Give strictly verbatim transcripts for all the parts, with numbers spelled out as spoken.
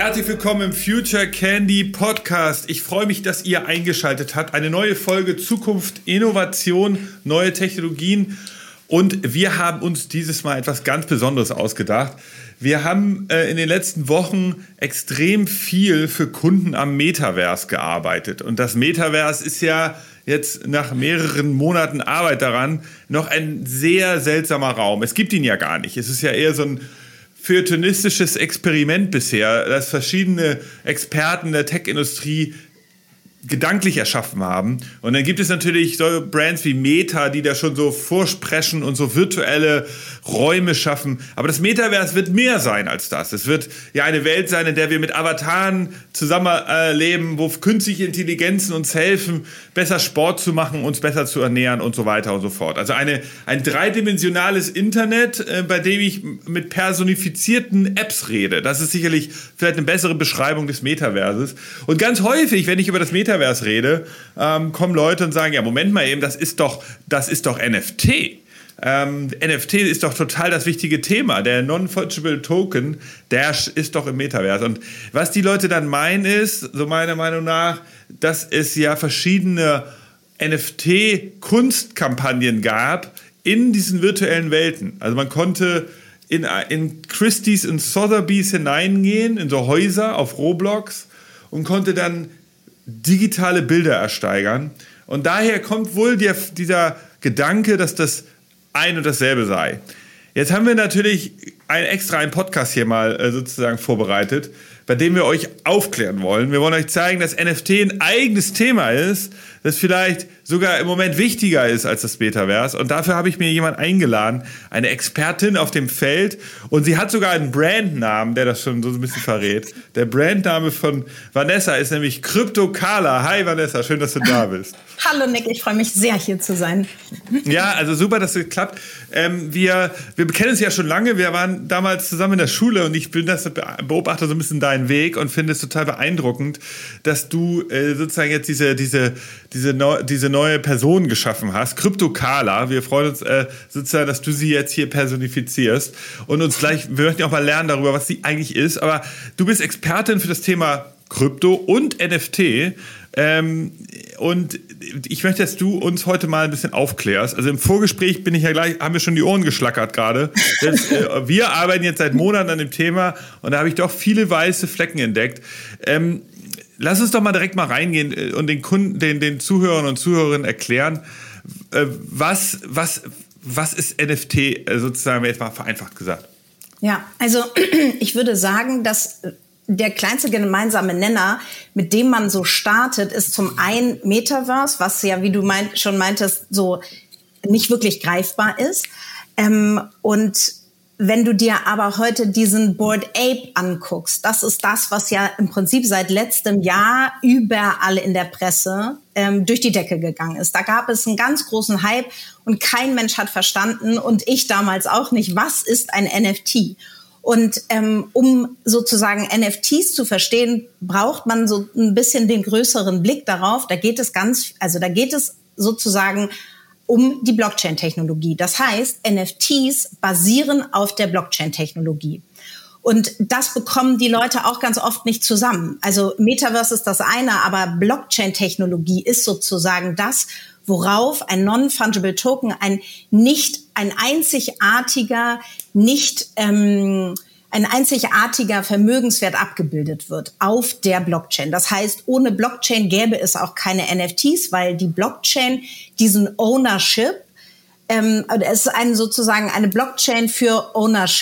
Herzlich willkommen im Future Candy Podcast. Ich freue mich, dass ihr eingeschaltet habt. Eine neue Folge Zukunft, Innovation, neue Technologien. Und wir haben uns dieses Mal etwas ganz Besonderes ausgedacht. Wir haben äh, in den letzten Wochen extrem viel für Kunden am Metaverse gearbeitet. Und das Metaverse ist ja jetzt nach mehreren Monaten Arbeit daran noch ein sehr seltsamer Raum. Es gibt ihn ja gar nicht. Es ist ja eher so ein feuilletonistisches Experiment bisher, das verschiedene Experten der Tech-Industrie gedanklich erschaffen haben. Und dann gibt es natürlich so Brands wie Meta, die da schon so vorsprechen und so virtuelle Räume schaffen. Aber das Metaverse wird mehr sein als das. Es wird ja eine Welt sein, in der wir mit Avataren zusammenleben, äh, wo künstliche Intelligenzen uns helfen, besser Sport zu machen, uns besser zu ernähren und so weiter und so fort. Also eine, ein dreidimensionales Internet, äh, bei dem ich mit personifizierten Apps rede. Das ist sicherlich vielleicht eine bessere Beschreibung des Metaverses. Und ganz häufig, wenn ich über das Metaverse rede, ähm, kommen Leute und sagen, ja, Moment mal eben, das ist doch, das ist doch N F T. Ähm, N F T ist doch total das wichtige Thema. Der Non-Fungible Token, der ist doch im Metaverse. Und was die Leute dann meinen ist, so meiner Meinung nach, dass es ja verschiedene N F T-Kunstkampagnen gab in diesen virtuellen Welten. Also man konnte in, in Christie's und Sotheby's hineingehen, in so Häuser auf Roblox und konnte dann digitale Bilder ersteigern. Und daher kommt wohl der, dieser Gedanke, dass das ein und dasselbe sei. Jetzt haben wir natürlich ein, extra einen Podcast hier mal äh, sozusagen vorbereitet, bei dem wir euch aufklären wollen. Wir wollen euch zeigen, dass N F T ein eigenes Thema ist, das vielleicht sogar im Moment wichtiger ist als das Metaverse. Und dafür habe ich mir jemanden eingeladen, eine Expertin auf dem Feld. Und sie hat sogar einen Brandnamen, der das schon so ein bisschen verrät. Der Brandname von Vanessa ist nämlich CryptoKala. Hi Vanessa, schön, dass du da bist. Hallo Nick, ich freue mich sehr, hier zu sein. Ja, also super, dass es klappt. Ähm, wir, wir kennen uns ja schon lange. Wir waren damals zusammen in der Schule und ich bin das, beobachte so ein bisschen deinen Weg und finde es total beeindruckend, dass du äh, sozusagen jetzt diese, diese, diese, neu, diese neue Person geschaffen hast, CryptoKala. Wir freuen uns äh, sozusagen, dass du sie jetzt hier personifizierst und uns gleich, wir möchten auch mal lernen darüber, was sie eigentlich ist. Aber du bist Expertin für das Thema Krypto und N F T. Ähm, und ich möchte, dass du uns heute mal ein bisschen aufklärst. Also im Vorgespräch bin ich ja gleich, haben wir schon die Ohren geschlackert gerade. Das, äh, wir arbeiten jetzt seit Monaten an dem Thema und da habe ich doch viele weiße Flecken entdeckt. Ähm, lass uns doch mal direkt mal reingehen und den Kunden, den, den Zuhörern und Zuhörerinnen erklären, äh, was, was, was ist N F T sozusagen jetzt mal vereinfacht gesagt? Ja, also ich würde sagen, dass der kleinste gemeinsame Nenner, mit dem man so startet, ist zum einen Metaverse, was ja, wie du meint, schon meintest, so nicht wirklich greifbar ist. Ähm, und wenn du dir aber heute diesen Bored Ape anguckst, das ist das, was ja im Prinzip seit letztem Jahr überall in der Presse ähm, durch die Decke gegangen ist. Da gab es einen ganz großen Hype und kein Mensch hat verstanden und ich damals auch nicht, was ist ein N F T? Und ähm, um sozusagen N F Ts zu verstehen, braucht man so ein bisschen den größeren Blick darauf. Da geht es ganz, also da geht es sozusagen um die Blockchain-Technologie. Das heißt, N F Ts basieren auf der Blockchain-Technologie. Und das bekommen die Leute auch ganz oft nicht zusammen. Also Metaverse ist das eine, aber Blockchain-Technologie ist sozusagen das, worauf ein Non-Fungible Token, ein nicht, ein einzigartiger, nicht, ähm, ein einzigartiger Vermögenswert abgebildet wird auf der Blockchain. Das heißt, ohne Blockchain gäbe es auch keine N F Ts, weil die Blockchain diesen Ownership, ähm, es ist ein, sozusagen eine Blockchain für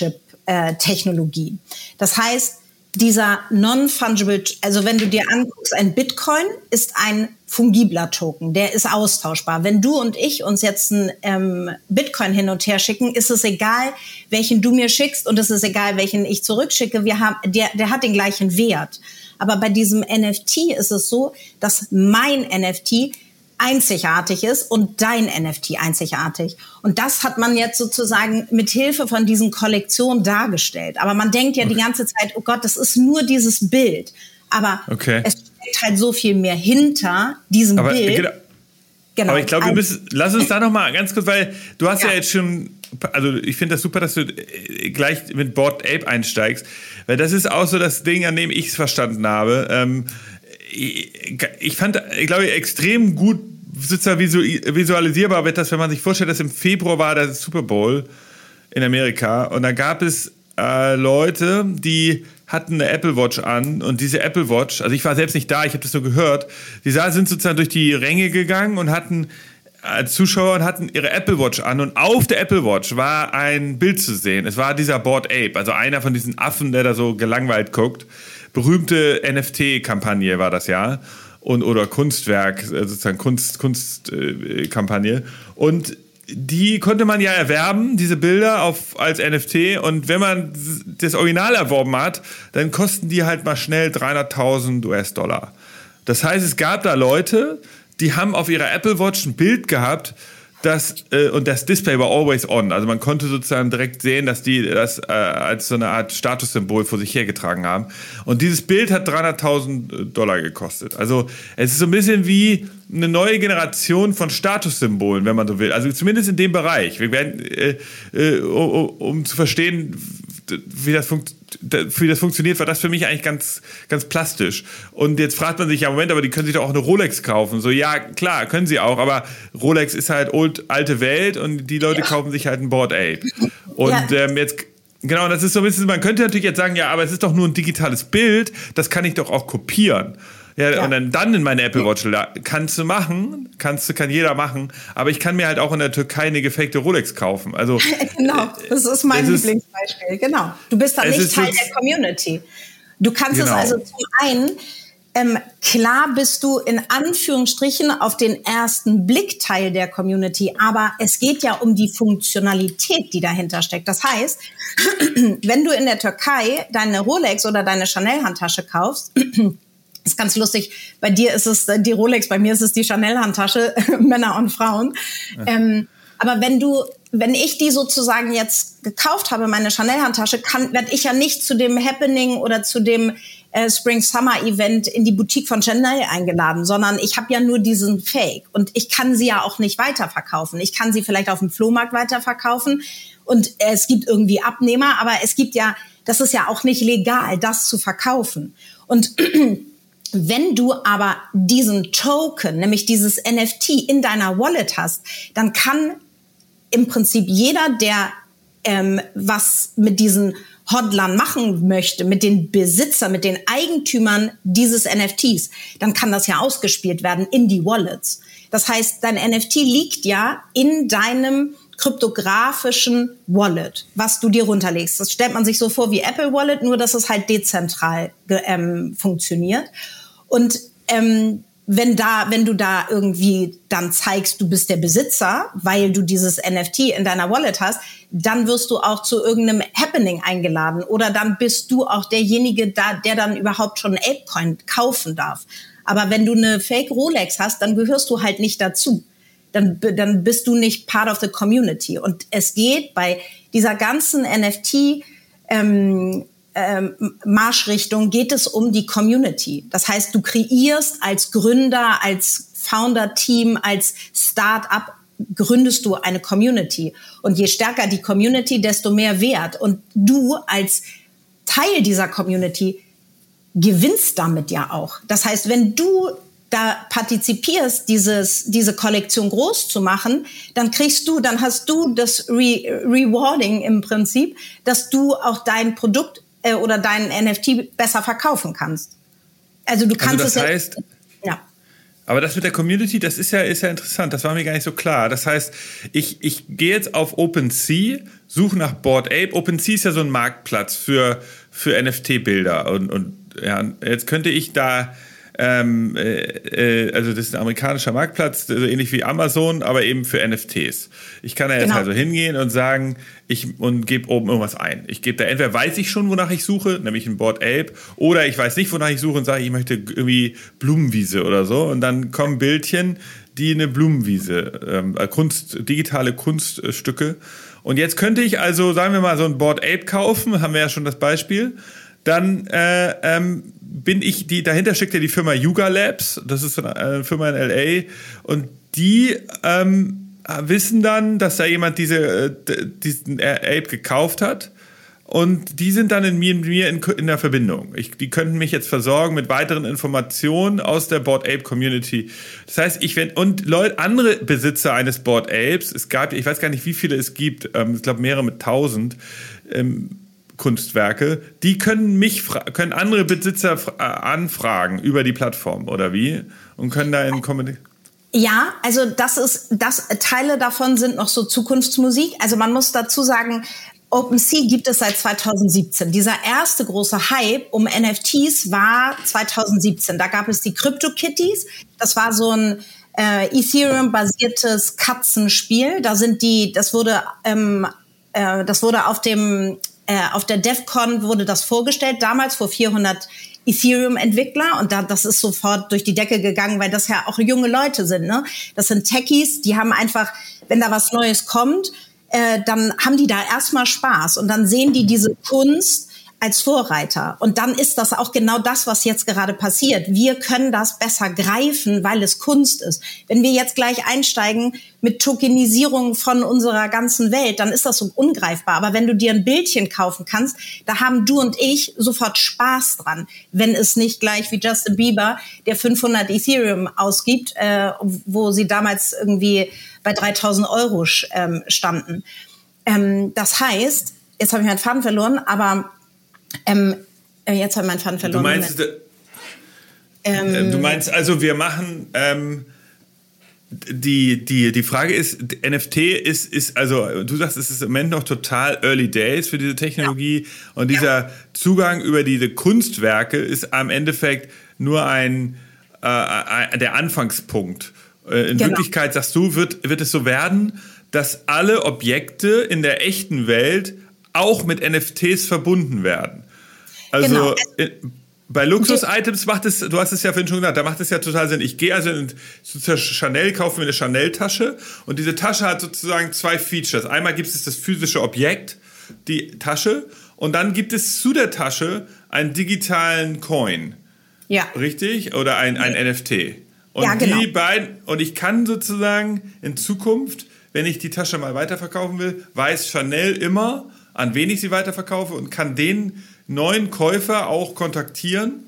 Ownership-Technologie. Das heißt, dieser Non-Fungible, also wenn du dir anguckst, ein Bitcoin ist ein fungibler Token, der ist austauschbar. Wenn du und ich uns jetzt ein ähm, Bitcoin hin und her schicken, ist es egal, welchen du mir schickst und es ist egal, welchen ich zurückschicke. Wir haben, der, der hat den gleichen Wert. Aber bei diesem N F T ist es so, dass mein N F T einzigartig ist und dein N F T einzigartig. Und das hat man jetzt sozusagen mit Hilfe von diesen Kollektionen dargestellt. Aber man denkt ja okay. die ganze Zeit, oh Gott, das ist nur dieses Bild. Aber okay. es steckt halt so viel mehr hinter diesem Aber, Bild. Genau. Genau. Aber ich glaube, wir müssen, lass uns da noch mal ganz kurz, weil du hast ja, ja jetzt schon also ich finde das super, dass du gleich mit Bored Ape einsteigst, weil das ist auch so das Ding, an dem ich es verstanden habe. Ähm, ich, ich fand, ich glaube, extrem gut sozusagen visualisierbar wird das, wenn man sich vorstellt, dass im Februar war der Super Bowl in Amerika und da gab es äh, Leute, die hatten eine Apple Watch an und diese Apple Watch, also ich war selbst nicht da, ich habe das so gehört, die sind sozusagen durch die Ränge gegangen und hatten als Zuschauer und hatten ihre Apple Watch an und auf der Apple Watch war ein Bild zu sehen. Es war dieser Bored Ape, also einer von diesen Affen, der da so gelangweilt guckt. Berühmte N F T-Kampagne war das ja. Und, oder Kunstwerk, sozusagen Kunst, Kunstkampagne. Äh, und die konnte man ja erwerben, diese Bilder auf, als N F T. Und wenn man das Original erworben hat, dann kosten die halt mal schnell dreihunderttausend U S-Dollar. Das heißt, es gab da Leute, die haben auf ihrer Apple Watch ein Bild gehabt, das, äh, und das Display war always on. Also man konnte sozusagen direkt sehen, dass die das äh, als so eine Art Statussymbol vor sich hergetragen haben. Und dieses Bild hat dreihunderttausend Dollar gekostet. Also es ist so ein bisschen wie eine neue Generation von Statussymbolen, wenn man so will. Also zumindest in dem Bereich. Wir werden, äh, äh, um, um zu verstehen, wie das, funkt, wie das funktioniert, war das für mich eigentlich ganz, ganz plastisch. Und jetzt fragt man sich, ja Moment, aber die können sich doch auch eine Rolex kaufen. So, ja, klar, können sie auch, aber Rolex ist halt old, alte Welt und die Leute ja. kaufen sich halt ein Bored Ape. Und ja. ähm, jetzt, genau, das ist so ein bisschen, man könnte natürlich jetzt sagen, ja, aber es ist doch nur ein digitales Bild, das kann ich doch auch kopieren. Ja, ja, und dann, dann in meine Apple Watch, kannst du machen, kannst du, kann jeder machen, aber ich kann mir halt auch in der Türkei eine gefakte Rolex kaufen. Also, genau, das ist mein Lieblingsbeispiel, ist, genau. Du bist dann nicht Teil der Community. Du kannst genau. es also zum einen, ähm, klar bist du in Anführungsstrichen auf den ersten Blick Teil der Community, aber es geht ja um die Funktionalität, die dahinter steckt. Das heißt, wenn du in der Türkei deine Rolex oder deine Chanel-Handtasche kaufst, ist ganz lustig. Bei dir ist es die Rolex, bei mir ist es die Chanel-Handtasche, Männer und Frauen. Ja. Ähm, aber wenn du, wenn ich die sozusagen jetzt gekauft habe, meine Chanel-Handtasche, kann, werde ich ja nicht zu dem Happening oder zu dem äh, Spring-Summer-Event in die Boutique von Chanel eingeladen, sondern ich habe ja nur diesen Fake und ich kann sie ja auch nicht weiterverkaufen. Ich kann sie vielleicht auf dem Flohmarkt weiterverkaufen und äh, es gibt irgendwie Abnehmer, aber es gibt ja, das ist ja auch nicht legal, das zu verkaufen. Und wenn du aber diesen Token, nämlich dieses N F T in deiner Wallet hast, dann kann im Prinzip jeder, der ähm, was mit diesen Hodlern machen möchte, mit den Besitzern, mit den Eigentümern dieses N F Ts, dann kann das ja ausgespielt werden in die Wallets. Das heißt, dein N F T liegt ja in deinem kryptografischen Wallet, was du dir runterlegst. Das stellt man sich so vor wie Apple Wallet, nur dass es halt dezentral ähm, funktioniert. Und ähm, wenn da, wenn du da irgendwie dann zeigst, du bist der Besitzer, weil du dieses N F T in deiner Wallet hast, dann wirst du auch zu irgendeinem Happening eingeladen oder dann bist du auch derjenige, da, der dann überhaupt schon Apecoin kaufen darf. Aber wenn du eine Fake Rolex hast, dann gehörst du halt nicht dazu. Dann, dann bist du nicht part of the community. Und es geht bei dieser ganzen N F T ähm, ähm, Marschrichtung geht es um die Community. Das heißt, du kreierst als Gründer, als Founder-Team, als Start-up gründest du eine Community. Und je stärker die Community, desto mehr Wert. Und du als Teil dieser Community gewinnst damit ja auch. Das heißt, wenn du da partizipierst, dieses, diese Kollektion groß zu machen, dann kriegst du, dann hast du das Re- Rewarding im Prinzip, dass du auch dein Produkt äh, oder deinen N F T besser verkaufen kannst. Also du kannst also das es heißt, ja. Aber das mit der Community, das ist ja, ist ja interessant, das war mir gar nicht so klar. Das heißt, ich, ich gehe jetzt auf OpenSea, suche nach Bored Ape. OpenSea ist ja so ein Marktplatz für, für N F T-Bilder und, und ja, jetzt könnte ich da Ähm, äh, also das ist ein amerikanischer Marktplatz, so ähnlich wie Amazon, aber eben für N F Ts. Ich kann da jetzt genau. also hingehen und sagen, ich und gebe oben irgendwas ein. Ich gebe da, entweder weiß ich schon, wonach ich suche, nämlich ein Bored Ape, oder ich weiß nicht, wonach ich suche und sage, ich möchte irgendwie Blumenwiese oder so. Und dann kommen Bildchen, die eine Blumenwiese, ähm, Kunst, digitale Kunststücke. Und jetzt könnte ich also, sagen wir mal, so ein Bored Ape kaufen, haben wir ja schon das Beispiel. Dann äh, ähm, bin ich, die dahinter steckt ja die Firma Yuga Labs, das ist eine Firma in L A und die ähm, wissen dann, dass da jemand diese, diesen Ape gekauft hat. Und die sind dann in mir, in, mir in, in der Verbindung. Ich, die könnten mich jetzt versorgen mit weiteren Informationen aus der Bored Ape Community. Das heißt, ich wenn und Leute, andere Besitzer eines Bored Apes, es gab, ich weiß gar nicht, wie viele es gibt, ähm, ich glaube mehrere mit tausend ähm, Kunstwerke, die können mich, können andere Besitzer äh, anfragen über die Plattform oder wie und können da in Kommunikation. Ja, also das ist, das Teile davon sind noch so Zukunftsmusik. Also man muss dazu sagen, OpenSea gibt es seit zweitausendsiebzehn. Dieser erste große Hype um N F Ts war zweitausendsiebzehn. Da gab es die CryptoKitties. Das war so ein äh, Ethereum-basiertes Katzenspiel. Da sind die, das wurde, ähm, äh, das wurde auf dem, äh, auf der DevCon wurde das vorgestellt. Damals vor vierhundert Ethereum-Entwickler und da, das ist sofort durch die Decke gegangen, weil das ja auch junge Leute sind. Ne? Das sind Techies, die haben einfach, wenn da was Neues kommt, Äh, dann haben die da erstmal Spaß und dann sehen die diese Kunst als Vorreiter. Und dann ist das auch genau das, was jetzt gerade passiert. Wir können das besser greifen, weil es Kunst ist. Wenn wir jetzt gleich einsteigen mit Tokenisierung von unserer ganzen Welt, dann ist das so ungreifbar. Aber wenn du dir ein Bildchen kaufen kannst, da haben du und ich sofort Spaß dran. Wenn es nicht gleich wie Justin Bieber, der fünfhundert Ethereum ausgibt, äh, wo sie damals irgendwie bei dreitausend Euro ähm, standen. Ähm, das heißt, jetzt habe ich meinen Faden verloren, aber ähm, jetzt habe ich meinen Faden verloren. Du meinst, ähm, du meinst also, wir machen ähm, die, die, die Frage ist, N F T ist, ist, also du sagst, es ist im Moment noch total early days für diese Technologie ja. und dieser ja. Zugang über diese Kunstwerke ist am Endeffekt nur ein, äh, der Anfangspunkt. In genau. Wirklichkeit, sagst du, wird, wird es so werden, dass alle Objekte in der echten Welt auch mit N F Ts verbunden werden. Also genau. in, bei Luxus-Items macht es, du hast es ja vorhin schon gesagt, da macht es ja total Sinn. Ich gehe also in, zur Chanel, kaufe mir eine Chanel-Tasche und diese Tasche hat sozusagen zwei Features. Einmal gibt es das physische Objekt, die Tasche, und dann gibt es zu der Tasche einen digitalen Coin. Ja. Richtig? Oder ein, ein N F T. Und ja, genau. die beiden, und ich kann sozusagen in Zukunft, wenn ich die Tasche mal weiterverkaufen will, weiß Chanel immer, an wen ich sie weiterverkaufe und kann den neuen Käufer auch kontaktieren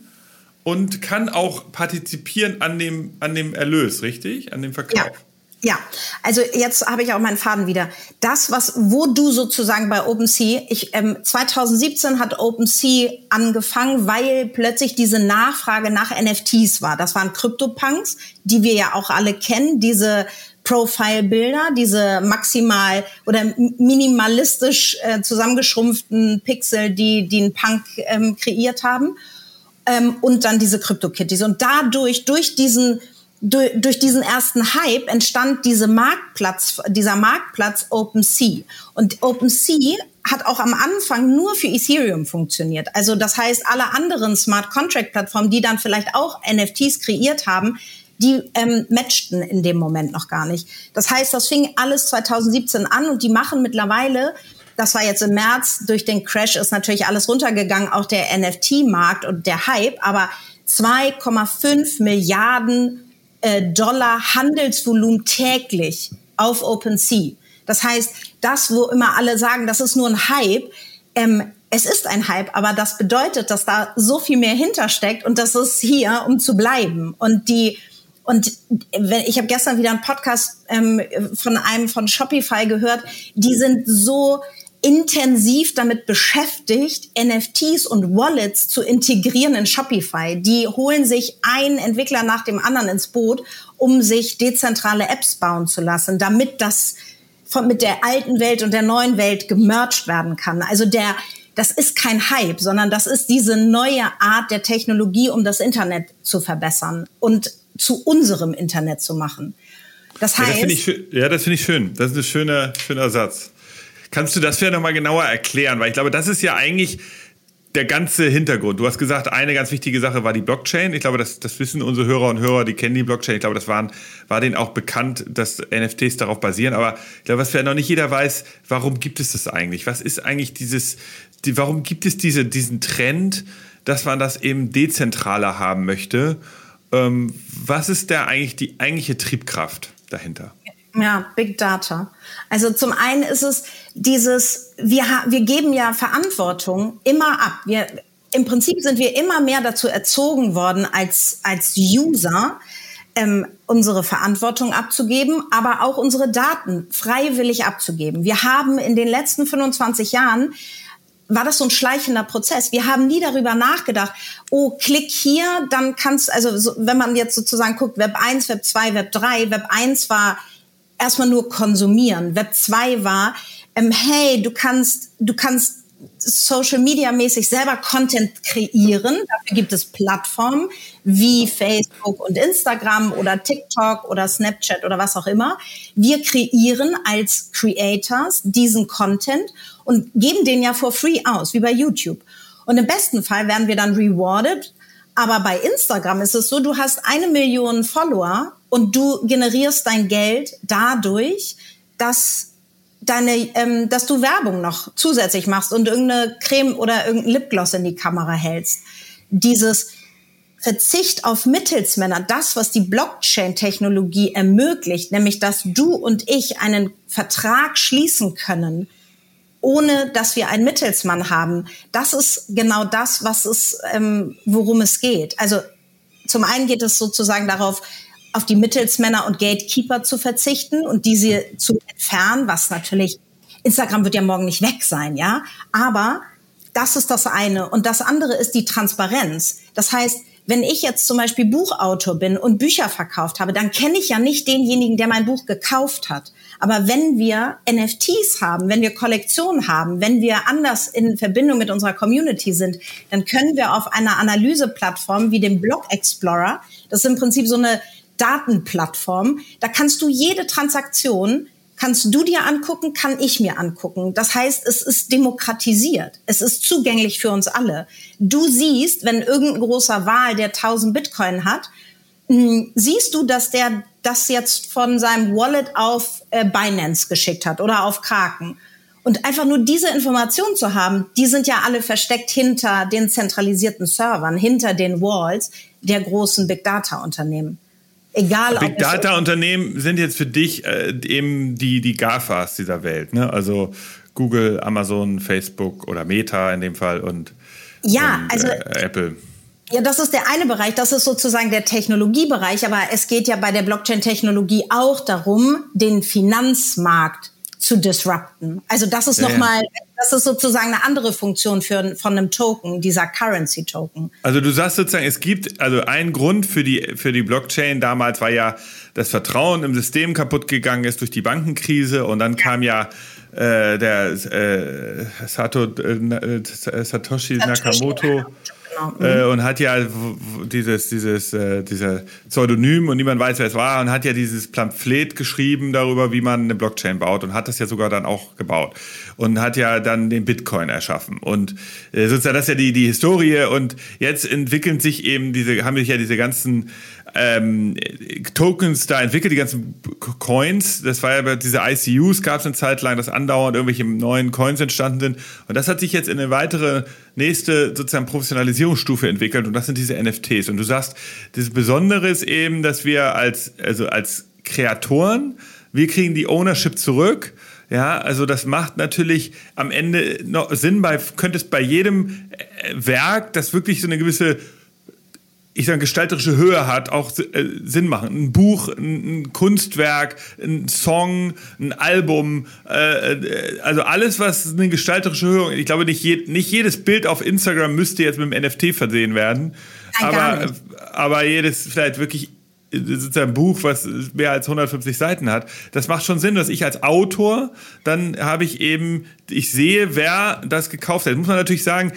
und kann auch partizipieren an dem, an dem Erlös, richtig? An dem Verkauf. Ja. Ja, also jetzt habe ich auch meinen Faden wieder. Das, was, wo du sozusagen bei OpenSea, ich, ähm, zweitausendsiebzehn hat OpenSea angefangen, weil plötzlich diese Nachfrage nach N F Ts war. Das waren CryptoPunks, die wir ja auch alle kennen, diese Profile-Bilder, diese maximal oder minimalistisch äh, zusammengeschrumpften Pixel, die, die einen Punk ähm, kreiert haben, ähm, und dann diese CryptoKitties. Und dadurch, durch diesen Durch, durch diesen ersten Hype entstand diese Marktplatz, dieser Marktplatz OpenSea. Und OpenSea hat auch am Anfang nur für Ethereum funktioniert. Also das heißt, alle anderen Smart Contract Plattformen, die dann vielleicht auch N F Ts kreiert haben, die ähm, matchten in dem Moment noch gar nicht. Das heißt, das fing alles zweitausendsiebzehn an und die machen mittlerweile, das war jetzt im März, durch den Crash ist natürlich alles runtergegangen, auch der N F T-Markt und der Hype, aber zwei Komma fünf Milliarden Dollar Handelsvolumen täglich auf OpenSea. Das heißt, das, wo immer alle sagen, das ist nur ein Hype, ähm, es ist ein Hype, aber das bedeutet, dass da so viel mehr hintersteckt und das ist hier, um zu bleiben. Und die und ich habe gestern wieder einen Podcast ähm, von einem von Shopify gehört, die sind so intensiv damit beschäftigt, N F Ts und Wallets zu integrieren in Shopify. Die holen sich einen Entwickler nach dem anderen ins Boot, um sich dezentrale Apps bauen zu lassen, damit das von, mit der alten Welt und der neuen Welt gemerged werden kann. Also der, das ist kein Hype, sondern das ist diese neue Art der Technologie, um das Internet zu verbessern und zu unserem Internet zu machen. Das heißt, ja, das finde ich, ja, das finde ich schön. Das ist ein schöner, schöner Satz. Kannst du das vielleicht nochmal genauer erklären? Weil ich glaube, das ist ja eigentlich der ganze Hintergrund. Du hast gesagt, eine ganz wichtige Sache war die Blockchain. Ich glaube, das, das wissen unsere Hörer und Hörer, die kennen die Blockchain. Ich glaube, das waren, war denen auch bekannt, dass N F Ts darauf basieren. Aber ich glaube, was vielleicht noch nicht jeder weiß, warum gibt es das eigentlich? Was ist eigentlich dieses, die, warum gibt es diese, diesen Trend, dass man das eben dezentraler haben möchte? Ähm, was ist da eigentlich die eigentliche Triebkraft dahinter? Ja, Big Data. Also zum einen ist es dieses, wir, wir geben ja Verantwortung immer ab. Wir, im Prinzip sind wir immer mehr dazu erzogen worden, als, als User ähm, unsere Verantwortung abzugeben, aber auch unsere Daten freiwillig abzugeben. Wir haben in den letzten fünfundzwanzig Jahren war das so ein schleichender Prozess. Wir haben nie darüber nachgedacht, oh, klick hier, dann kannst, also so, wenn man jetzt sozusagen guckt, Web eins, Web zwei, Web drei, Web eins war erstmal nur konsumieren, Web zwei war, ähm, hey, du kannst, du kannst Social Media mäßig selber Content kreieren. Dafür gibt es Plattformen wie Facebook und Instagram oder TikTok oder Snapchat oder was auch immer. Wir kreieren als Creators diesen Content und geben den ja for free aus, wie bei YouTube. Und im besten Fall werden wir dann rewarded. Aber bei Instagram ist es so, du hast eine Million Follower und du generierst dein Geld dadurch, dass deine, ähm, dass du Werbung noch zusätzlich machst und irgendeine Creme oder irgendein Lipgloss in die Kamera hältst. Dieses Verzicht auf Mittelsmänner, das, was die Blockchain-Technologie ermöglicht, nämlich, dass du und ich einen Vertrag schließen können, ohne dass wir einen Mittelsmann haben. Das ist genau das, was es, ähm, worum es geht. Also zum einen geht es sozusagen darauf, auf die Mittelsmänner und Gatekeeper zu verzichten und diese zu entfernen, was natürlich, Instagram wird ja morgen nicht weg sein, ja, aber das ist das eine. Und das andere ist die Transparenz. Das heißt, wenn ich jetzt zum Beispiel Buchautor bin und Bücher verkauft habe, dann kenne ich ja nicht denjenigen, der mein Buch gekauft hat. Aber wenn wir N F Ts haben, wenn wir Kollektionen haben, wenn wir anders in Verbindung mit unserer Community sind, dann können wir auf einer Analyseplattform wie dem Block Explorer, das ist im Prinzip so eine Datenplattform, da kannst du jede Transaktion, kannst du dir angucken, kann ich mir angucken. Das heißt, es ist demokratisiert. Es ist zugänglich für uns alle. Du siehst, wenn irgendein großer Wal, der tausend Bitcoin hat, mh, siehst du, dass der das jetzt von seinem Wallet auf äh, Binance geschickt hat oder auf Kraken. Und einfach nur diese Information zu haben, die sind ja alle versteckt hinter den zentralisierten Servern, hinter den Walls der großen Big-Data-Unternehmen. Egal, Big Data Unternehmen sind jetzt für dich äh, eben die, die GAFAs dieser Welt, ne? Also Google, Amazon, Facebook oder Meta in dem Fall und, ja, und also, äh, Apple. Ja, das ist der eine Bereich, das ist sozusagen der Technologiebereich, aber es geht ja bei der Blockchain-Technologie auch darum, den Finanzmarkt zu disrupten. Also das ist ja, nochmal, das ist sozusagen eine andere Funktion für, von einem Token, dieser Currency-Token. Also du sagst sozusagen, es gibt, also ein Grund für die, für die Blockchain damals war ja, das Vertrauen im System kaputt gegangen ist durch die Bankenkrise und dann kam ja äh, der äh, Sato, äh, Satoshi Nakamoto. Äh, und hat ja dieses, dieses, äh, dieser Pseudonym und niemand weiß, wer es war und hat ja dieses Pamphlet geschrieben darüber, wie man eine Blockchain baut und hat das ja sogar dann auch gebaut und hat ja dann den Bitcoin erschaffen und äh, sozusagen das ist ja die, die Historie und jetzt entwickeln sich eben diese, haben sich ja diese ganzen ähm, Tokens da entwickelt, die ganzen Coins, das war ja diese I C Us, gab es eine Zeit lang, dass andauernd irgendwelche neuen Coins entstanden sind und das hat sich jetzt in eine weitere nächste sozusagen Professionalisierungsstufe entwickelt und das sind diese N F Ts und du sagst, das Besondere ist eben, dass wir als, also als Kreatoren, wir kriegen die Ownership zurück. Ja, also das macht natürlich am Ende noch Sinn, bei, könnte es bei jedem Werk, das wirklich so eine gewisse, ich sage, gestalterische Höhe hat, auch äh, Sinn machen. Ein Buch, ein, ein Kunstwerk, ein Song, ein Album, äh, also alles, was eine gestalterische Höhe, ich glaube, nicht, je, nicht jedes Bild auf Instagram müsste jetzt mit einem N F T versehen werden. Nein, aber, aber jedes vielleicht wirklich sozusagen ein Buch, was mehr als hundertfünfzig Seiten hat, das macht schon Sinn, dass ich als Autor, dann habe ich eben, ich sehe, wer das gekauft hat. Muss man natürlich sagen,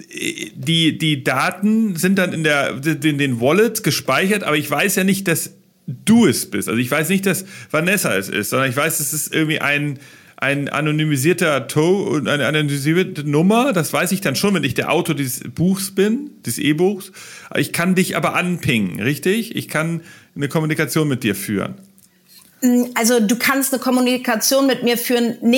die, die Daten sind dann in der, in den Wallets gespeichert, aber ich weiß ja nicht, dass du es bist. Also ich weiß nicht, dass Vanessa es ist, sondern ich weiß, es ist irgendwie ein, ein anonymisierter To, eine anonymisierte Nummer. Das weiß ich dann schon, wenn ich der Autor dieses Buchs bin, des E-Buchs. Ich kann dich aber anpingen, richtig? Ich kann eine Kommunikation mit dir führen. Also du kannst eine Kommunikation mit mir führen, nicht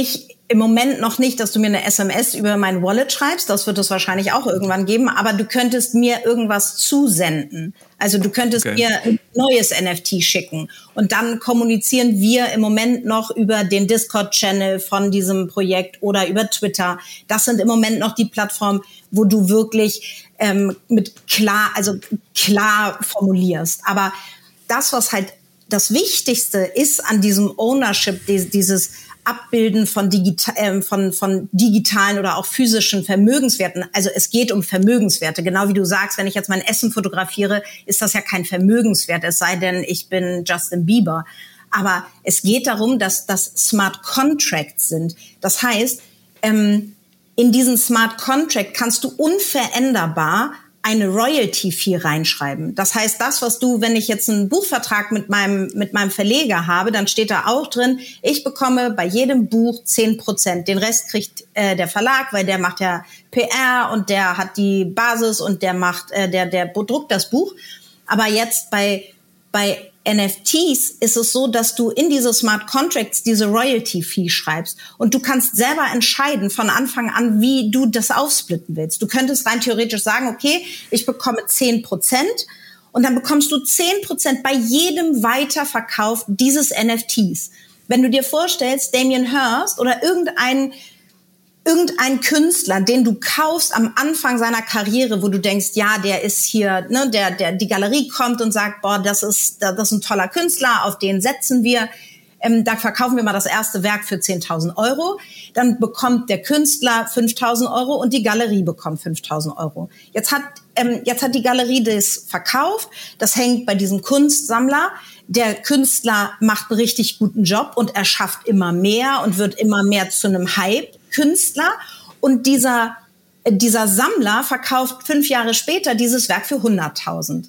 im Moment noch nicht, dass du mir eine S M S über mein Wallet schreibst. Das wird es wahrscheinlich auch irgendwann geben. Aber du könntest mir irgendwas zusenden. Also du könntest okay. mir ein neues N F T schicken. Und dann kommunizieren wir im Moment noch über den Discord-Channel von diesem Projekt oder über Twitter. Das sind im Moment noch die Plattformen, wo du wirklich ähm, mit klar, also klar formulierst. Aber das, was halt das Wichtigste ist an diesem Ownership, dieses Abbilden von, digital, äh, von, von digitalen oder auch physischen Vermögenswerten. Also es geht um Vermögenswerte. Genau wie du sagst, wenn ich jetzt mein Essen fotografiere, ist das ja kein Vermögenswert, es sei denn, ich bin Justin Bieber. Aber es geht darum, dass das Smart Contracts sind. Das heißt, ähm, in diesen Smart Contract kannst du unveränderbar eine Royalty-Fee reinschreiben. Das heißt, das, was du, wenn ich jetzt einen Buchvertrag mit meinem, mit meinem Verleger habe, dann steht da auch drin, ich bekomme bei jedem Buch zehn Prozent. Den Rest kriegt äh, der Verlag, weil der macht ja P R und der hat die Basis und der macht, äh, der, der druckt das Buch. Aber jetzt bei, bei N F Ts ist es so, dass du in diese Smart Contracts diese Royalty-Fee schreibst. Und du kannst selber entscheiden von Anfang an, wie du das aufsplitten willst. Du könntest rein theoretisch sagen, okay, ich bekomme zehn Prozent und dann bekommst du zehn Prozent bei jedem Weiterverkauf dieses N F Ts. Wenn du dir vorstellst, Damien Hirst oder irgendein irgendein Künstler, den du kaufst am Anfang seiner Karriere, wo du denkst, ja, der ist hier, ne, der, der, die Galerie kommt und sagt, boah, das ist, das ist ein toller Künstler, auf den setzen wir, ähm, da verkaufen wir mal das erste Werk für zehntausend Euro, dann bekommt der Künstler fünftausend Euro und die Galerie bekommt fünftausend Euro. Jetzt hat, ähm, jetzt hat die Galerie das verkauft, das hängt bei diesem Kunstsammler. Der Künstler macht einen richtig guten Job und er schafft immer mehr und wird immer mehr zu einem Hype-Künstler. Und dieser, dieser Sammler verkauft fünf Jahre später dieses Werk für hunderttausend.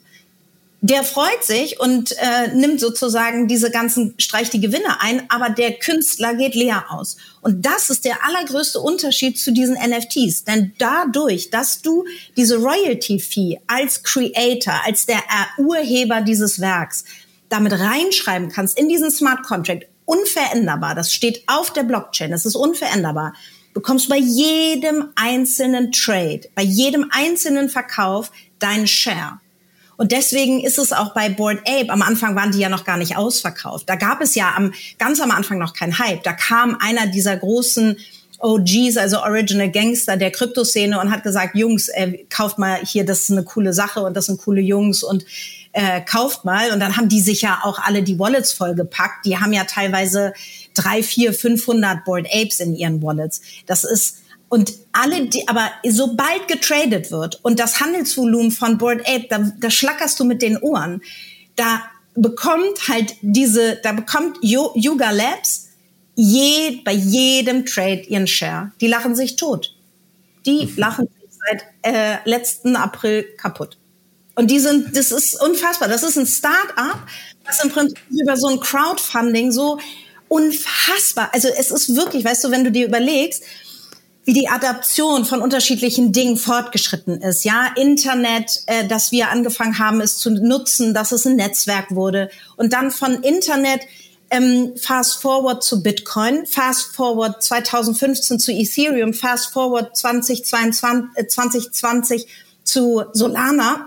Der freut sich und äh, nimmt sozusagen diese ganzen, streicht die Gewinne ein, aber der Künstler geht leer aus. Und das ist der allergrößte Unterschied zu diesen N F Ts. Denn dadurch, dass du diese Royalty-Fee als Creator, als der Urheber dieses Werks damit reinschreiben kannst in diesen Smart Contract, unveränderbar, das steht auf der Blockchain, das ist unveränderbar, bekommst du bei jedem einzelnen Trade, bei jedem einzelnen Verkauf deinen Share. Und deswegen ist es auch bei Bored Ape, am Anfang waren die ja noch gar nicht ausverkauft. Da gab es ja am, ganz am Anfang noch keinen Hype. Da kam einer dieser großen O Gs, also Original Gangster der Kryptoszene und hat gesagt, Jungs, äh, kauft mal hier, das ist eine coole Sache und das sind coole Jungs und äh, kauft mal. Und dann haben die sich ja auch alle die Wallets vollgepackt. Die haben ja teilweise drei, vier, fünfhundert Bored Apes in ihren Wallets. Das ist Und alle, die, aber sobald getradet wird und das Handelsvolumen von Bored Ape, da, da schlackerst du mit den Ohren. Da bekommt halt diese, da bekommt Yuga Labs je, bei jedem Trade ihren Share. Die lachen sich tot. Die lachen sich seit äh, letzten April kaputt. Und die sind, das ist unfassbar. Das ist ein Start-up, das im Prinzip über so ein Crowdfunding so unfassbar, also es ist wirklich, weißt du, wenn du dir überlegst, wie die Adaption von unterschiedlichen Dingen fortgeschritten ist. Ja, Internet, äh, dass wir angefangen haben, es zu nutzen, dass es ein Netzwerk wurde. Und dann von Internet ähm, fast forward zu Bitcoin, fast forward zwanzig fünfzehn zu Ethereum, fast forward zwanzig zweiundzwanzig, äh, zwanzig zwanzig zu Solana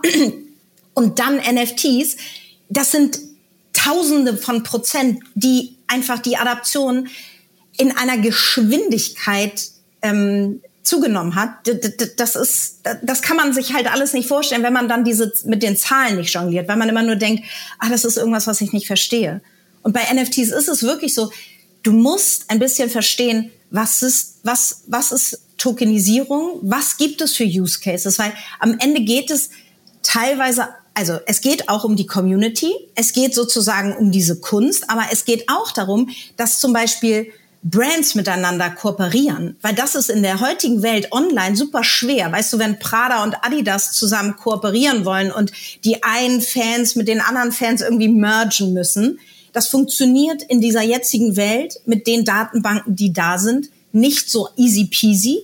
und dann N F Ts. Das sind Tausende von Prozent, die einfach die Adaption in einer Geschwindigkeit Ähm, zugenommen hat. Das ist, das kann man sich halt alles nicht vorstellen, wenn man dann diese mit den Zahlen nicht jongliert, weil man immer nur denkt, ah, das ist irgendwas, was ich nicht verstehe. Und bei N F Ts ist es wirklich so, du musst ein bisschen verstehen, was ist, was, was ist Tokenisierung, was gibt es für Use Cases, weil am Ende geht es teilweise, also es geht auch um die Community, es geht sozusagen um diese Kunst, aber es geht auch darum, dass zum Beispiel Brands miteinander kooperieren, weil das ist in der heutigen Welt online super schwer. Weißt du, wenn Prada und Adidas zusammen kooperieren wollen und die einen Fans mit den anderen Fans irgendwie mergen müssen, das funktioniert in dieser jetzigen Welt mit den Datenbanken, die da sind, nicht so easy peasy.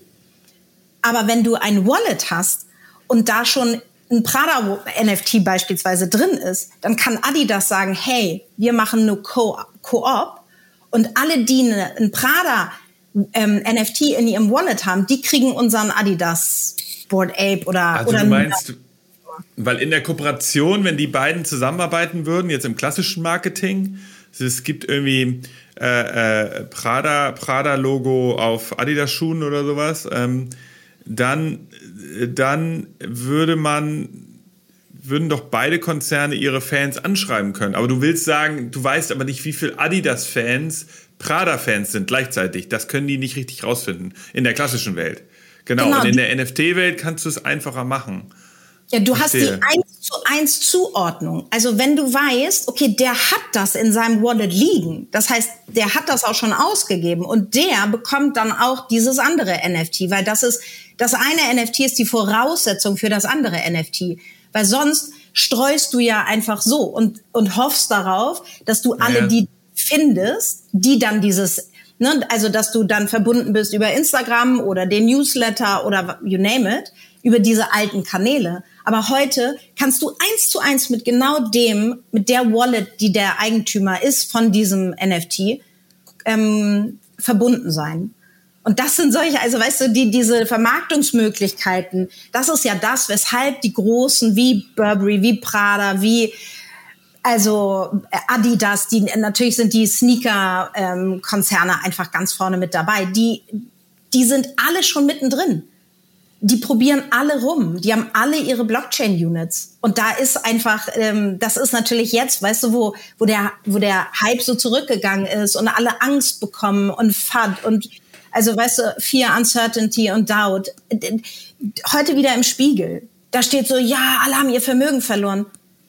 Aber wenn du ein Wallet hast und da schon ein Prada-N F T beispielsweise drin ist, dann kann Adidas sagen, hey, wir machen eine Co- Co-op. Und alle, die ein Prada ähm, N F T in ihrem Wallet haben, die kriegen unseren Adidas Bored Ape oder... Also oder du meinst, weil in der Kooperation, wenn die beiden zusammenarbeiten würden, jetzt im klassischen Marketing, es gibt irgendwie äh, äh, Prada, Prada-Logo auf Adidas-Schuhen oder sowas, ähm, dann, dann würde man... würden doch beide Konzerne ihre Fans anschreiben können. Aber du willst sagen, du weißt aber nicht, wie viele Adidas-Fans Prada-Fans sind gleichzeitig. Das können die nicht richtig rausfinden in der klassischen Welt. Genau, genau. Und in der N F T-Welt kannst du es einfacher machen. Ja, du Verstehe. hast die eins zu eins Zuordnung. Also wenn du weißt, okay, der hat das in seinem Wallet liegen. Das heißt, der hat das auch schon ausgegeben und der bekommt dann auch dieses andere N F T, weil das ist, das eine N F T ist die Voraussetzung für das andere N F T. Weil sonst streust du ja einfach so und, und hoffst darauf, dass du alle, ja. die findest, die dann dieses, ne, also dass du dann verbunden bist über Instagram oder den Newsletter oder you name it, über diese alten Kanäle. Aber heute kannst du eins zu eins mit genau dem, mit der Wallet, die der Eigentümer ist von diesem N F T, ähm, verbunden sein. Und das sind solche, also weißt du, die, diese Vermarktungsmöglichkeiten, das ist ja das, weshalb die Großen wie Burberry, wie Prada, wie also Adidas, die natürlich sind die Sneaker-Konzerne ähm, einfach ganz vorne mit dabei. Die, die sind alle schon mittendrin. Die probieren alle rum. Die haben alle ihre Blockchain-Units. Und da ist einfach, ähm, das ist natürlich jetzt, weißt du, wo, wo der, wo der Hype so zurückgegangen ist und alle Angst bekommen und F U D und also, weißt du, Fear, Uncertainty und Doubt. Heute wieder im Spiegel. Da steht so, ja, alle haben ihr Vermögen verloren.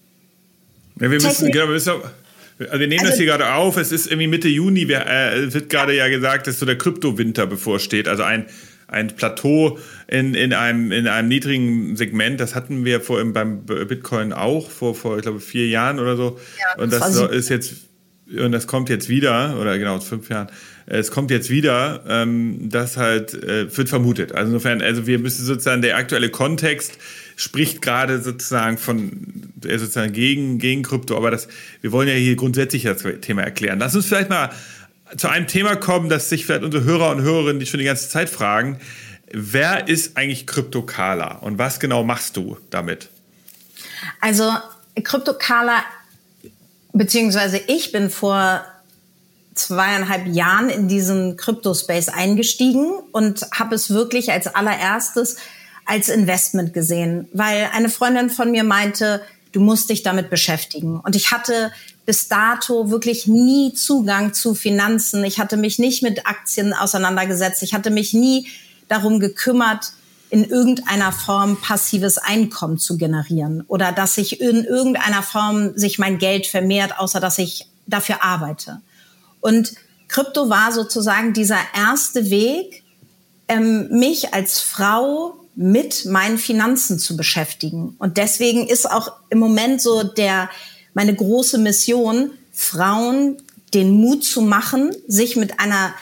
Ja, wir müssen, genau, wir müssen auch, also wir nehmen also, das hier gerade auf. Es ist irgendwie Mitte Juni. Wir, äh, wird gerade ja gesagt, dass so der Kryptowinter bevorsteht. Also ein, ein Plateau in, in, einem, in einem niedrigen Segment. Das hatten wir vor, beim Bitcoin auch vor, vor, ich glaube, vier Jahren oder so. Ja, und das, das ist jetzt, und das kommt jetzt wieder, oder genau, fünf Jahren. Es kommt jetzt wieder, ähm, das halt äh, wird vermutet. Also insofern, also wir müssen sozusagen, der aktuelle Kontext spricht gerade sozusagen von äh, sozusagen gegen, gegen Krypto, aber das, wir wollen ja hier grundsätzlich das Thema erklären. Lass uns vielleicht mal zu einem Thema kommen, das sich vielleicht unsere Hörer und Hörerinnen die schon die ganze Zeit fragen. Wer ist eigentlich Krypto-Carla und was genau machst du damit? Also Krypto-Carla, beziehungsweise ich bin vor zweieinhalb Jahren in diesen Crypto-Space eingestiegen und habe es wirklich als allererstes als Investment gesehen, weil eine Freundin von mir meinte, du musst dich damit beschäftigen. Und ich hatte bis dato wirklich nie Zugang zu Finanzen. Ich hatte mich nicht mit Aktien auseinandergesetzt. Ich hatte mich nie darum gekümmert, in irgendeiner Form passives Einkommen zu generieren oder dass sich in irgendeiner Form sich mein Geld vermehrt, außer dass ich dafür arbeite. Und Krypto war sozusagen dieser erste Weg, ähm, mich als Frau mit meinen Finanzen zu beschäftigen. Und deswegen ist auch im Moment so der, meine große Mission, Frauen den Mut zu machen, sich mit einer,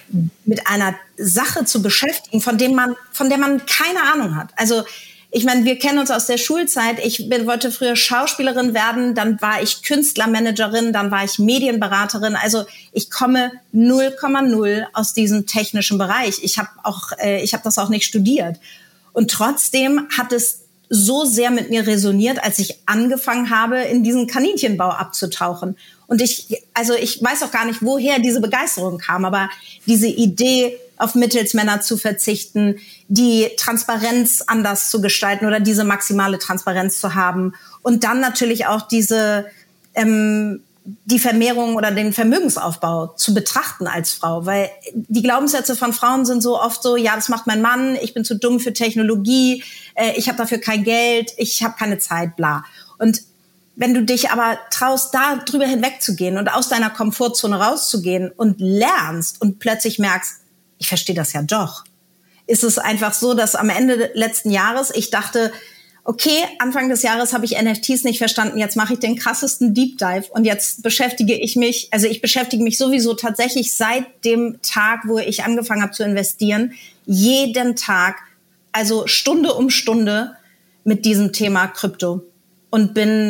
mit einer Sache zu beschäftigen, von dem man, von der man keine Ahnung hat. Also, ich meine, wir kennen uns aus der Schulzeit. Ich bin, wollte früher Schauspielerin werden, dann war ich Künstlermanagerin, dann war ich Medienberaterin. Also ich komme null Komma null aus diesem technischen Bereich. Ich habe auch, äh, ich habe das auch nicht studiert. Und trotzdem hat es so sehr mit mir resoniert, als ich angefangen habe, in diesen Kaninchenbau abzutauchen. Und ich, also ich weiß auch gar nicht, woher diese Begeisterung kam, aber diese Idee, auf Mittelsmänner zu verzichten, die Transparenz anders zu gestalten oder diese maximale Transparenz zu haben und dann natürlich auch diese ähm, die Vermehrung oder den Vermögensaufbau zu betrachten als Frau, weil die Glaubenssätze von Frauen sind so oft so, ja, das macht mein Mann, ich bin zu dumm für Technologie, äh, ich habe dafür kein Geld, ich habe keine Zeit, bla. Und wenn du dich aber traust, da drüber hinwegzugehen und aus deiner Komfortzone rauszugehen und lernst und plötzlich merkst, ich verstehe das ja doch, ist es einfach so, dass am Ende letzten Jahres ich dachte, okay, Anfang des Jahres habe ich N F Ts nicht verstanden, jetzt mache ich den krassesten Deep Dive und jetzt beschäftige ich mich, also ich beschäftige mich sowieso tatsächlich seit dem Tag, wo ich angefangen habe zu investieren, jeden Tag, also Stunde um Stunde mit diesem Thema Krypto und bin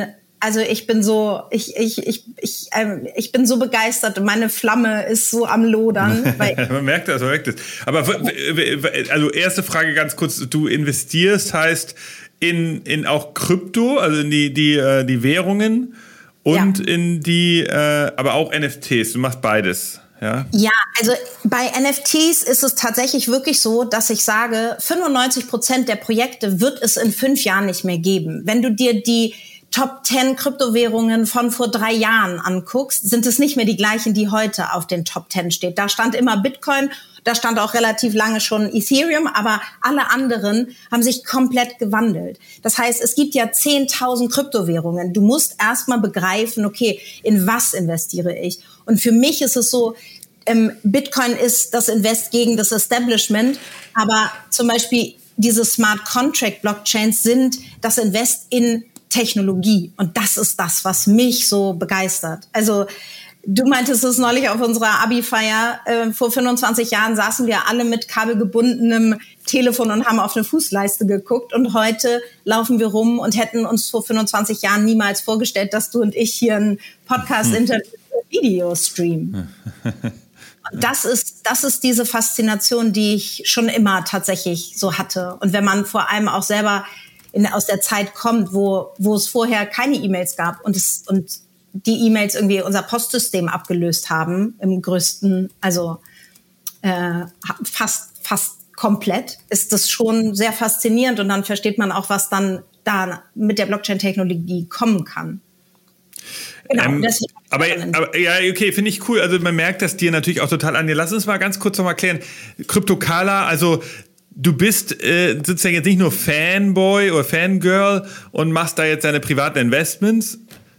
Also ich bin so, ich, ich, ich, ich, ähm, ich bin so begeistert und meine Flamme ist so am Lodern. Weil man merkt das, man merkt das. Aber also erste Frage ganz kurz, du investierst, heißt in, in auch Krypto, also in die, die, die Währungen und ja. in die, äh, aber auch N F Ts, du machst beides. Ja. ja, also bei N F Ts ist es tatsächlich wirklich so, dass ich sage, fünfundneunzig Prozent der Projekte wird es in fünf Jahren nicht mehr geben. Wenn du dir die Top zehn Kryptowährungen von vor drei Jahren anguckst, sind es nicht mehr die gleichen, die heute auf den Top zehn steht. Da stand immer Bitcoin, da stand auch relativ lange schon Ethereum, aber alle anderen haben sich komplett gewandelt. Das heißt, es gibt ja zehntausend Kryptowährungen. Du musst erstmal begreifen, okay, in was investiere ich? Und für mich ist es so, ähm, Bitcoin ist das Invest gegen das Establishment, aber zum Beispiel diese Smart Contract Blockchains sind das Invest in Technologie. Und das ist das, was mich so begeistert. Also du meintest es neulich auf unserer Abi-Feier, äh, vor fünfundzwanzig Jahren saßen wir alle mit kabelgebundenem Telefon und haben auf eine Fußleiste geguckt und heute laufen wir rum und hätten uns vor fünfundzwanzig Jahren niemals vorgestellt, dass du und ich hier einen Podcast-Interview-Video streamen. Und das ist, das ist diese Faszination, die ich schon immer tatsächlich so hatte. Und wenn man vor allem auch selber in, aus der Zeit kommt, wo, wo es vorher keine E-Mails gab und es, und die E-Mails irgendwie unser Postsystem abgelöst haben, im größten, also äh, fast, fast komplett, ist das schon sehr faszinierend und dann versteht man auch, was dann da mit der Blockchain-Technologie kommen kann. Genau, ähm, aber, aber ja, okay, finde ich cool. Also man merkt das dir natürlich auch total an dir. Lass uns mal ganz kurz noch mal klären. Kryptokala, also du bist äh, sozusagen jetzt nicht nur Fanboy oder Fangirl und machst da jetzt deine privaten Investments,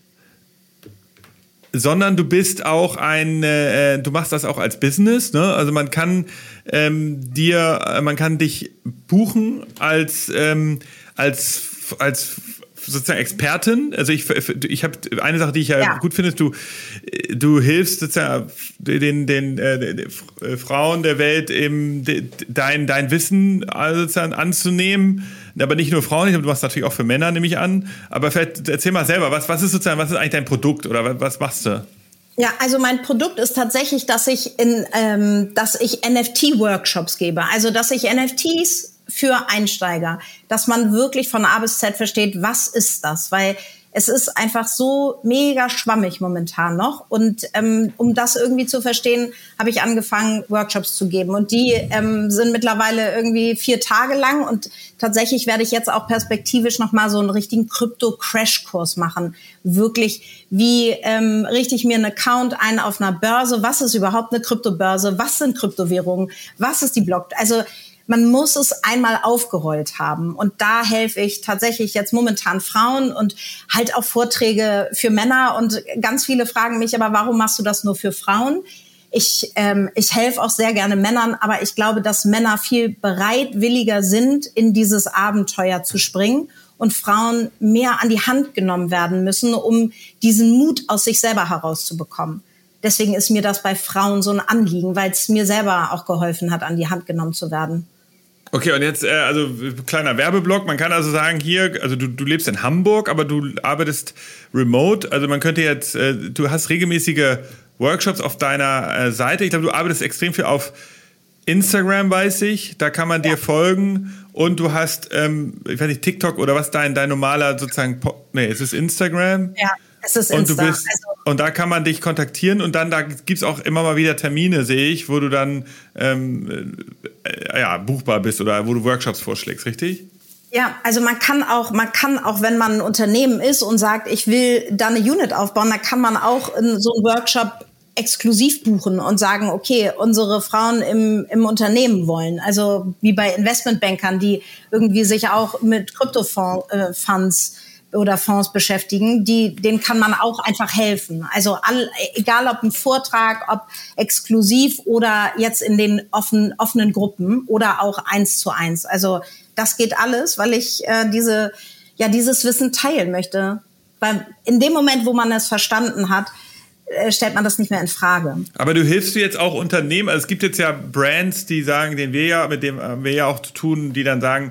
sondern du bist auch ein, äh, du machst das auch als Business, ne? Also man kann ähm, dir, man kann dich buchen als ähm, als als sozusagen Expertin. Also ich ich habe eine Sache, die ich ja, ja. gut finde, du du hilfst sozusagen den den, äh, den Frauen der Welt eben dein dein Wissen sozusagen anzunehmen. Aber nicht nur Frauen, du machst natürlich auch für Männer, nehme ich an. Aber vielleicht erzähl mal selber, was, was ist sozusagen, was ist eigentlich dein Produkt oder was, was machst du? Ja, also mein Produkt ist tatsächlich, dass ich in, ähm, dass ich N F T-Workshops gebe. Also dass ich N F Ts für Einsteiger, dass man wirklich von A bis Z versteht, was ist das? Weil es ist einfach so mega schwammig momentan noch. Und ähm, um das irgendwie zu verstehen, habe ich angefangen, Workshops zu geben. Und die ähm, sind mittlerweile irgendwie vier Tage lang. Und tatsächlich werde ich jetzt auch perspektivisch nochmal so einen richtigen Krypto-Crash-Kurs machen. Wirklich, wie ähm, richte ich mir einen Account ein auf einer Börse? Was ist überhaupt eine Kryptobörse? Was sind Kryptowährungen? Was ist die Block? Also man muss es einmal aufgerollt haben. Und da helfe ich tatsächlich jetzt momentan Frauen und halt auch Vorträge für Männer. Und ganz viele fragen mich, aber warum machst du das nur für Frauen? Ich, ähm, ich helfe auch sehr gerne Männern, aber ich glaube, dass Männer viel bereitwilliger sind, in dieses Abenteuer zu springen und Frauen mehr an die Hand genommen werden müssen, um diesen Mut aus sich selber herauszubekommen. Deswegen ist mir das bei Frauen so ein Anliegen, weil es mir selber auch geholfen hat, an die Hand genommen zu werden. Okay, und jetzt, äh, also kleiner Werbeblock, man kann also sagen, hier, also du, du lebst in Hamburg, aber du arbeitest remote, also man könnte jetzt, äh, du hast regelmäßige Workshops auf deiner äh, Seite, ich glaube, du arbeitest extrem viel auf Instagram, weiß ich, da kann man dir ja. folgen und du hast, ähm, ich weiß nicht, TikTok oder was dein, dein normaler sozusagen, nee, es ist Instagram? Ja. Es ist und, du bist, also, und da kann man dich kontaktieren und dann da gibt es auch immer mal wieder Termine, sehe ich, wo du dann ähm, äh, ja, buchbar bist oder wo du Workshops vorschlägst, richtig? Ja, also man kann auch, man kann auch, wenn man ein Unternehmen ist und sagt, ich will da eine Unit aufbauen, dann kann man auch in so einen Workshop exklusiv buchen und sagen, okay, unsere Frauen im, im Unternehmen wollen. Also wie bei Investmentbankern, die irgendwie sich auch mit Kryptofonds äh, Funds oder Fonds beschäftigen, die, denen kann man auch einfach helfen. Also all, egal ob ein Vortrag, ob exklusiv oder jetzt in den offen, offenen Gruppen oder auch eins zu eins. Also das geht alles, weil ich äh, diese, ja, dieses Wissen teilen möchte. Weil in dem Moment, wo man es verstanden hat, äh, stellt man das nicht mehr in Frage. Aber du hilfst du jetzt auch Unternehmen, also es gibt jetzt ja Brands, die sagen, den wir ja, mit dem haben wir ja auch zu tun, die dann sagen,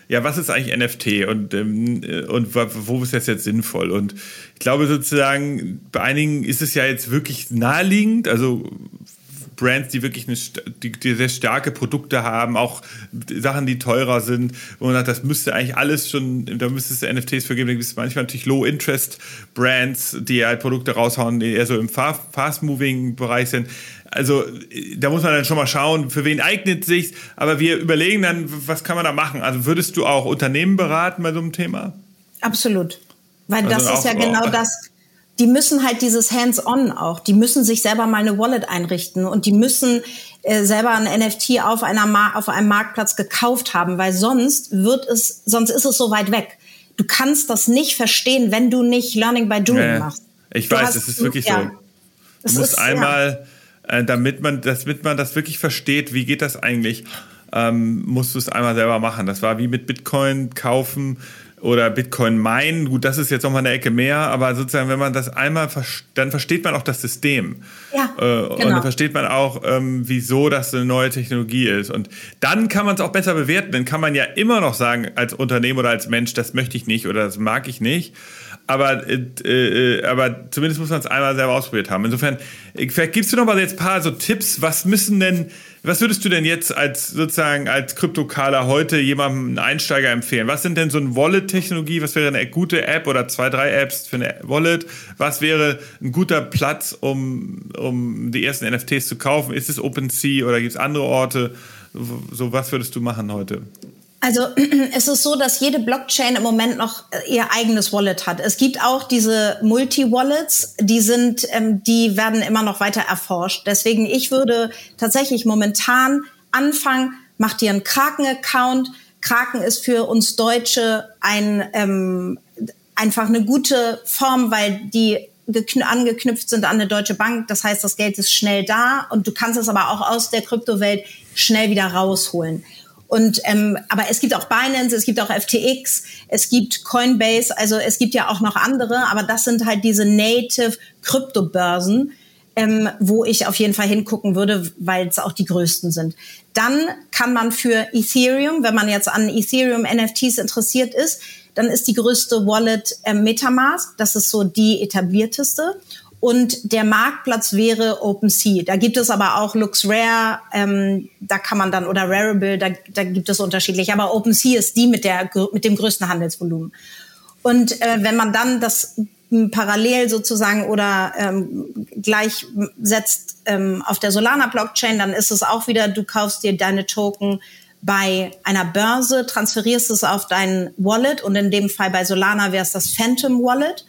ja, was ist eigentlich N F T und, ähm, und wo ist das jetzt sinnvoll? Und ich glaube sozusagen, bei einigen ist es ja jetzt wirklich naheliegend, also Brands, die wirklich eine, die, die sehr starke Produkte haben, auch Sachen, die teurer sind, wo man sagt, das müsste eigentlich alles schon, da müsste es N F Ts für geben. Da gibt es manchmal natürlich Low-Interest-Brands, die halt Produkte raushauen, die eher so im Fast-Moving-Bereich sind. Also da muss man dann schon mal schauen, für wen eignet sich. Aber wir überlegen dann, was kann man da machen? Also würdest du auch Unternehmen beraten bei so einem Thema? Absolut. Weil also das ist ja auch, genau auch, das. Die müssen halt dieses Hands-on auch, die müssen sich selber mal eine Wallet einrichten und die müssen äh, selber ein N F T auf einer Ma- auf einem Marktplatz gekauft haben, weil sonst wird es, sonst ist es so weit weg. Du kannst das nicht verstehen, wenn du nicht Learning by Doing ja, machst. Ich du weiß, hast, es ist wirklich ja, so. Du musst ist, einmal, ja. äh, damit man, damit man das wirklich versteht, wie geht das eigentlich, ähm, musst du es einmal selber machen. Das war wie mit Bitcoin kaufen oder Bitcoin meinen, gut, das ist jetzt nochmal eine Ecke mehr, aber sozusagen, wenn man das einmal, dann versteht man auch das System. Ja, äh, genau. Und dann versteht man auch, ähm, wieso das eine neue Technologie ist. Und dann kann man es auch besser bewerten. Dann kann man ja immer noch sagen, als Unternehmen oder als Mensch, das möchte ich nicht oder das mag ich nicht. Aber, äh, äh, aber zumindest muss man es einmal selber ausprobiert haben. Insofern, vielleicht gibst du noch mal jetzt ein paar so Tipps. Was müssen denn, was würdest du denn jetzt als sozusagen als Kryptokaler heute jemandem, einen Einsteiger empfehlen? Was sind denn so eine Wallet-Technologie? Was wäre eine gute App oder zwei, drei Apps für eine Wallet? Was wäre ein guter Platz, um, um die ersten N F Ts zu kaufen? Ist es OpenSea oder gibt es andere Orte? So, was würdest du machen heute? Also es ist so, dass jede Blockchain im Moment noch ihr eigenes Wallet hat. Es gibt auch diese Multi-Wallets, die sind, ähm, die werden immer noch weiter erforscht. Deswegen, ich würde tatsächlich momentan anfangen, mach dir einen Kraken-Account. Kraken ist für uns Deutsche ein ähm, einfach eine gute Form, weil die gekn- angeknüpft sind an eine deutsche Bank. Das heißt, das Geld ist schnell da und du kannst es aber auch aus der Kryptowelt schnell wieder rausholen. Und ähm, aber es gibt auch Binance, es gibt auch F T X, es gibt Coinbase, also es gibt ja auch noch andere, aber das sind halt diese Native Kryptobörsen, ähm, wo ich auf jeden Fall hingucken würde, weil es auch die größten sind. Dann kann man für Ethereum, wenn man jetzt an Ethereum N F Ts interessiert ist, dann ist die größte Wallet äh, MetaMask, das ist so die etablierteste. Und der Marktplatz wäre OpenSea. Da gibt es aber auch LuxRare, ähm, da kann man dann, oder Rarible, da, da gibt es unterschiedlich. Aber OpenSea ist die mit der mit dem größten Handelsvolumen. Und äh, wenn man dann das parallel sozusagen oder ähm, gleichsetzt ähm, auf der Solana-Blockchain, dann ist es auch wieder, du kaufst dir deine Token bei einer Börse, transferierst es auf dein Wallet und in dem Fall bei Solana wäre es das Phantom Wallet.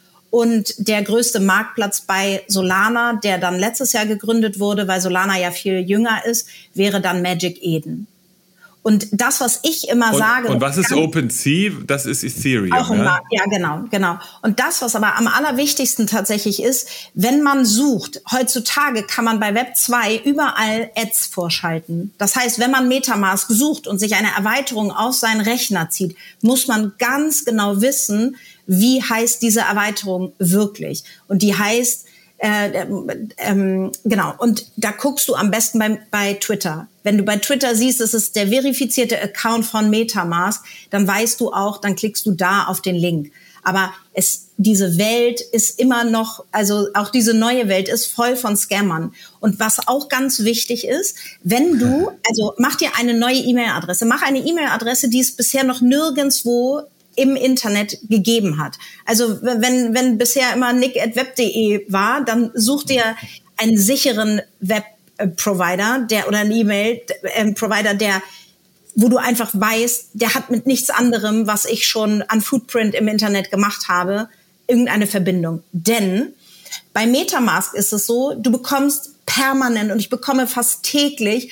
Und der größte Marktplatz bei Solana, der dann letztes Jahr gegründet wurde, weil Solana ja viel jünger ist, wäre dann Magic Eden. Und das, was ich immer und, sage... Und was ist OpenSea? Das ist Ethereum. Auch im ja? Markt, ja, genau, genau. Und das, was aber am allerwichtigsten tatsächlich ist, wenn man sucht, heutzutage kann man bei Web zwei überall Ads vorschalten. Das heißt, wenn man MetaMask sucht und sich eine Erweiterung auf seinen Rechner zieht, muss man ganz genau wissen, wie heißt diese Erweiterung wirklich. Und die heißt, äh, ähm, genau, und da guckst du am besten bei, bei Twitter. Wenn du bei Twitter siehst, es ist der verifizierte Account von MetaMask, dann weißt du auch, dann klickst du da auf den Link. Aber es, diese Welt ist immer noch, also auch diese neue Welt ist voll von Scammern. Und was auch ganz wichtig ist, wenn du, also mach dir eine neue E-Mail-Adresse, mach eine E-Mail-Adresse, die es bisher noch nirgendwo im Internet gegeben hat. Also wenn, wenn bisher immer nick at web punkt de war, dann such dir einen sicheren Web-Provider, der, oder einen E-Mail-Provider, der, wo du einfach weißt, der hat mit nichts anderem, was ich schon an Footprint im Internet gemacht habe, irgendeine Verbindung. Denn bei MetaMask ist es so, du bekommst permanent, und ich bekomme fast täglich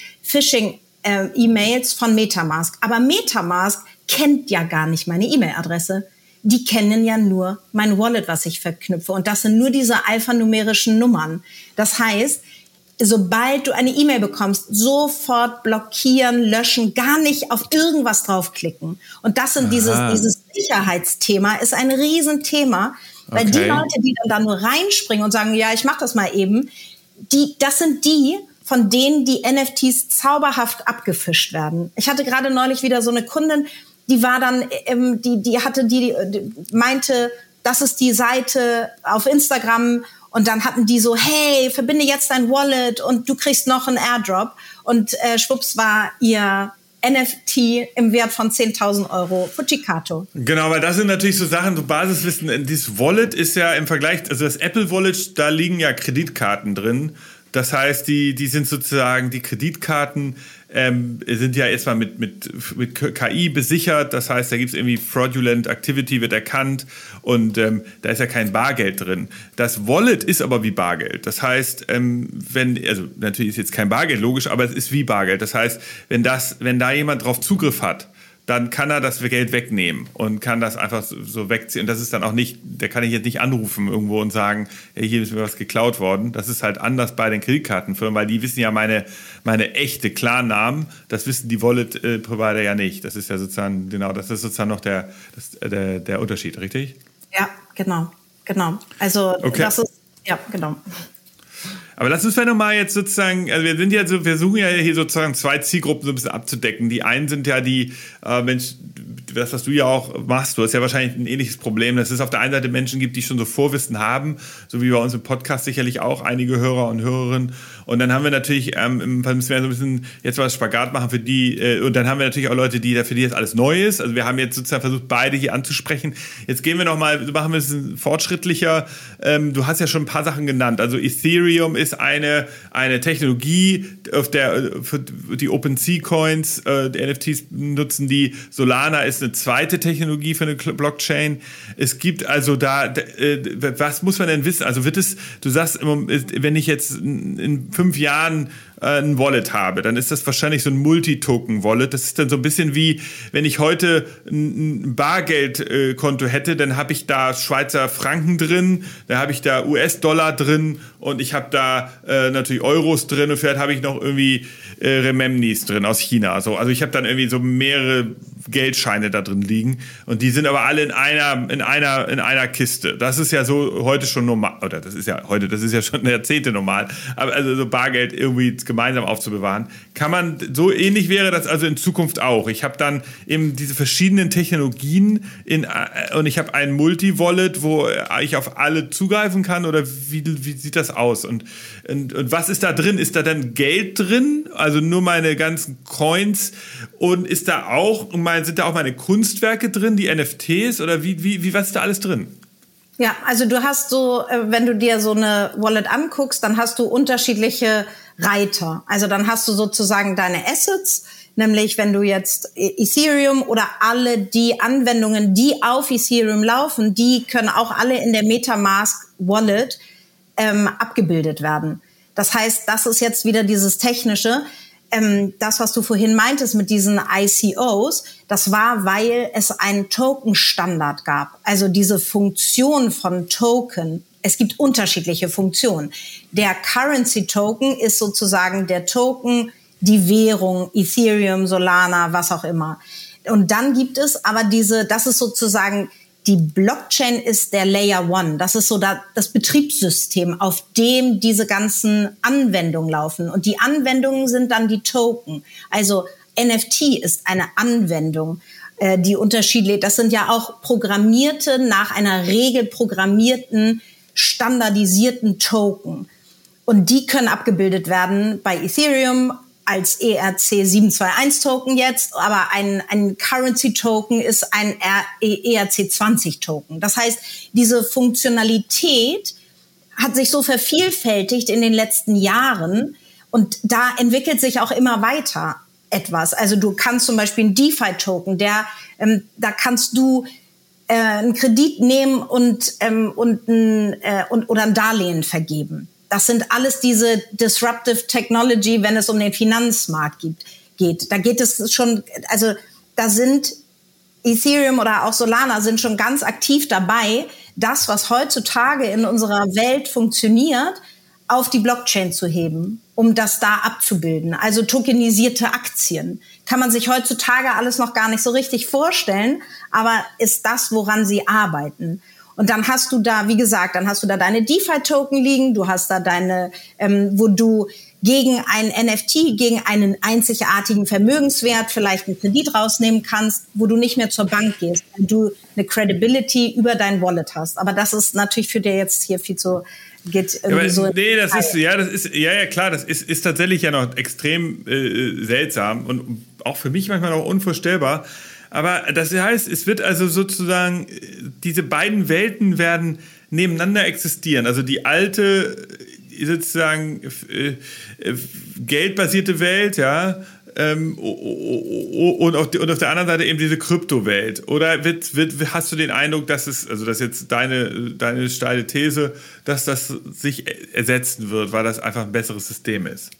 Phishing-E-Mails von MetaMask. Aber MetaMask kennt ja gar nicht meine E-Mail-Adresse. Die kennen ja nur mein Wallet, was ich verknüpfe. Und das sind nur diese alphanumerischen Nummern. Das heißt, sobald du eine E-Mail bekommst, sofort blockieren, löschen, gar nicht auf irgendwas draufklicken. Und das sind dieses, dieses Sicherheitsthema, ist ein Riesenthema. Weil okay. die Leute, die dann da nur reinspringen und sagen, ja, ich mach das mal eben, die, das sind die, von denen die N F Ts zauberhaft abgefischt werden. Ich hatte gerade neulich wieder so eine Kundin, die war dann, ähm, die, die hatte, die, die meinte, das ist die Seite auf Instagram. Und dann hatten die so, hey, verbinde jetzt dein Wallet und du kriegst noch einen Airdrop. Und äh, schwupps war ihr N F T im Wert von zehntausend Euro Fujikato. Genau, weil das sind natürlich so Sachen, so Basiswissen. Dieses Wallet ist ja im Vergleich, also das Apple Wallet, da liegen ja Kreditkarten drin. Das heißt, die, die sind sozusagen, die Kreditkarten ähm, sind ja erstmal mit, mit, mit K I besichert. Das heißt, da gibt es irgendwie Fraudulent Activity, wird erkannt und ähm, da ist ja kein Bargeld drin. Das Wallet ist aber wie Bargeld. Das heißt, ähm, wenn, also natürlich ist jetzt kein Bargeld, logisch, aber es ist wie Bargeld. Das heißt, wenn das, wenn da jemand drauf Zugriff hat, dann kann er das Geld wegnehmen und kann das einfach so, so wegziehen. Und das ist dann auch nicht, der kann ich jetzt nicht anrufen irgendwo und sagen, hey, hier ist mir was geklaut worden. Das ist halt anders bei den Kreditkartenfirmen, weil die wissen ja meine, meine echte Klarnamen. Das wissen die Wallet-Provider ja nicht. Das ist ja sozusagen, genau, das ist sozusagen noch der, das, der, der Unterschied, richtig? Ja, genau, genau. Also okay. das ist, ja, genau. Aber lass uns vielleicht nochmal jetzt sozusagen, also wir sind ja so, wir suchen ja hier sozusagen zwei Zielgruppen so ein bisschen abzudecken. Die einen sind ja die, äh, Mensch, das, was du ja auch machst, du hast ja wahrscheinlich ein ähnliches Problem, dass es auf der einen Seite Menschen gibt, die schon so Vorwissen haben, so wie bei uns im Podcast sicherlich auch einige Hörer und Hörerinnen. Und dann haben wir natürlich, ähm, müssen wir so ein bisschen jetzt was Spagat machen für die, äh, und dann haben wir natürlich auch Leute, die für die jetzt alles neu ist. Also wir haben jetzt sozusagen versucht, beide hier anzusprechen. Jetzt gehen wir nochmal, machen wir es fortschrittlicher. Ähm, du hast ja schon ein paar Sachen genannt. Also Ethereum ist eine, eine Technologie, auf der für die OpenSea-Coins, äh, die N F Ts nutzen die. Solana ist eine zweite Technologie für eine Blockchain. Es gibt also da, äh, was muss man denn wissen? Also wird es, du sagst, wenn ich jetzt in fünf Jahren ein Wallet habe, dann ist das wahrscheinlich so ein Multi-Token-Wallet. Das ist dann so ein bisschen wie, wenn ich heute ein Bargeldkonto hätte, dann habe ich da Schweizer Franken drin, dann habe ich da U S-Dollar drin und ich habe da äh, natürlich Euros drin und vielleicht habe ich noch irgendwie äh, Renminbis drin aus China. Also, also ich habe dann irgendwie so mehrere Geldscheine da drin liegen und die sind aber alle in einer, in einer, in einer Kiste. Das ist ja so heute schon normal, oder das ist ja heute, das ist ja schon Jahrzehnte normal, aber also so Bargeld irgendwie gemeinsam aufzubewahren. Kann man, so ähnlich wäre das also in Zukunft auch. Ich habe dann eben diese verschiedenen Technologien in, und ich habe ein Multi-Wallet, wo ich auf alle zugreifen kann oder wie, wie sieht das aus? Und, und, und was ist da drin? Ist da dann Geld drin? Also nur meine ganzen Coins und ist da auch, sind da auch meine Kunstwerke drin, die N F Ts oder wie, wie, wie was ist da alles drin? Ja, also du hast so, wenn du dir so eine Wallet anguckst, dann hast du unterschiedliche Reiter. Also dann hast du sozusagen deine Assets, nämlich wenn du jetzt Ethereum oder alle die Anwendungen, die auf Ethereum laufen, die können auch alle in der MetaMask Wallet ähm, abgebildet werden. Das heißt, das ist jetzt wieder dieses Technische. Ähm, das, was du vorhin meintest mit diesen I C Os, das war, weil es einen Token-Standard gab. Also diese Funktion von Token. Es gibt unterschiedliche Funktionen. Der Currency-Token ist sozusagen der Token, die Währung, Ethereum, Solana, was auch immer. Und dann gibt es aber diese, das ist sozusagen, die Blockchain ist der Layer One. Das ist so das Betriebssystem, auf dem diese ganzen Anwendungen laufen. Und die Anwendungen sind dann die Token. Also N F T ist eine Anwendung, äh, die unterschiedlich, das sind ja auch programmierte, nach einer Regel programmierten, standardisierten Token. Und die können abgebildet werden bei Ethereum als E R C sieben zwei eins Token jetzt, aber ein, ein Currency-Token ist ein E R C zwanzig Token. Das heißt, diese Funktionalität hat sich so vervielfältigt in den letzten Jahren und da entwickelt sich auch immer weiter etwas. Also du kannst zum Beispiel einen DeFi-Token, der, ähm, da kannst du äh, einen Kredit nehmen und, ähm, und, ein, äh, und oder ein Darlehen vergeben. Das sind alles diese Disruptive Technology, wenn es um den Finanzmarkt gibt, geht. Da geht es schon, also da sind Ethereum oder auch Solana sind schon ganz aktiv dabei, das, was heutzutage in unserer Welt funktioniert, auf die Blockchain zu heben, um das da abzubilden. Also tokenisierte Aktien. Kann man sich heutzutage alles noch gar nicht so richtig vorstellen, aber ist das, woran sie arbeiten. Und dann hast du da, wie gesagt, dann hast du da deine DeFi-Token liegen, du hast da deine, ähm, wo du gegen ein N F T, gegen einen einzigartigen Vermögenswert vielleicht einen Kredit rausnehmen kannst, wo du nicht mehr zur Bank gehst, wenn du eine Credibility über dein Wallet hast. Aber das ist natürlich für dir jetzt hier viel zu geht irgendwie ja, so. Nee, das ist ja, das ist ja, ja klar, das ist, ist tatsächlich ja noch extrem äh, seltsam und auch für mich manchmal auch unvorstellbar. Aber das heißt, es wird also sozusagen, diese beiden Welten werden nebeneinander existieren. Also die alte, sozusagen äh, geldbasierte Welt, ja, ähm, und, auf die, und auf der anderen Seite eben diese Kryptowelt. Oder wird, wird, hast du den Eindruck, dass es, also das ist jetzt deine, deine steile These, dass das sich ersetzen wird, weil das einfach ein besseres System ist?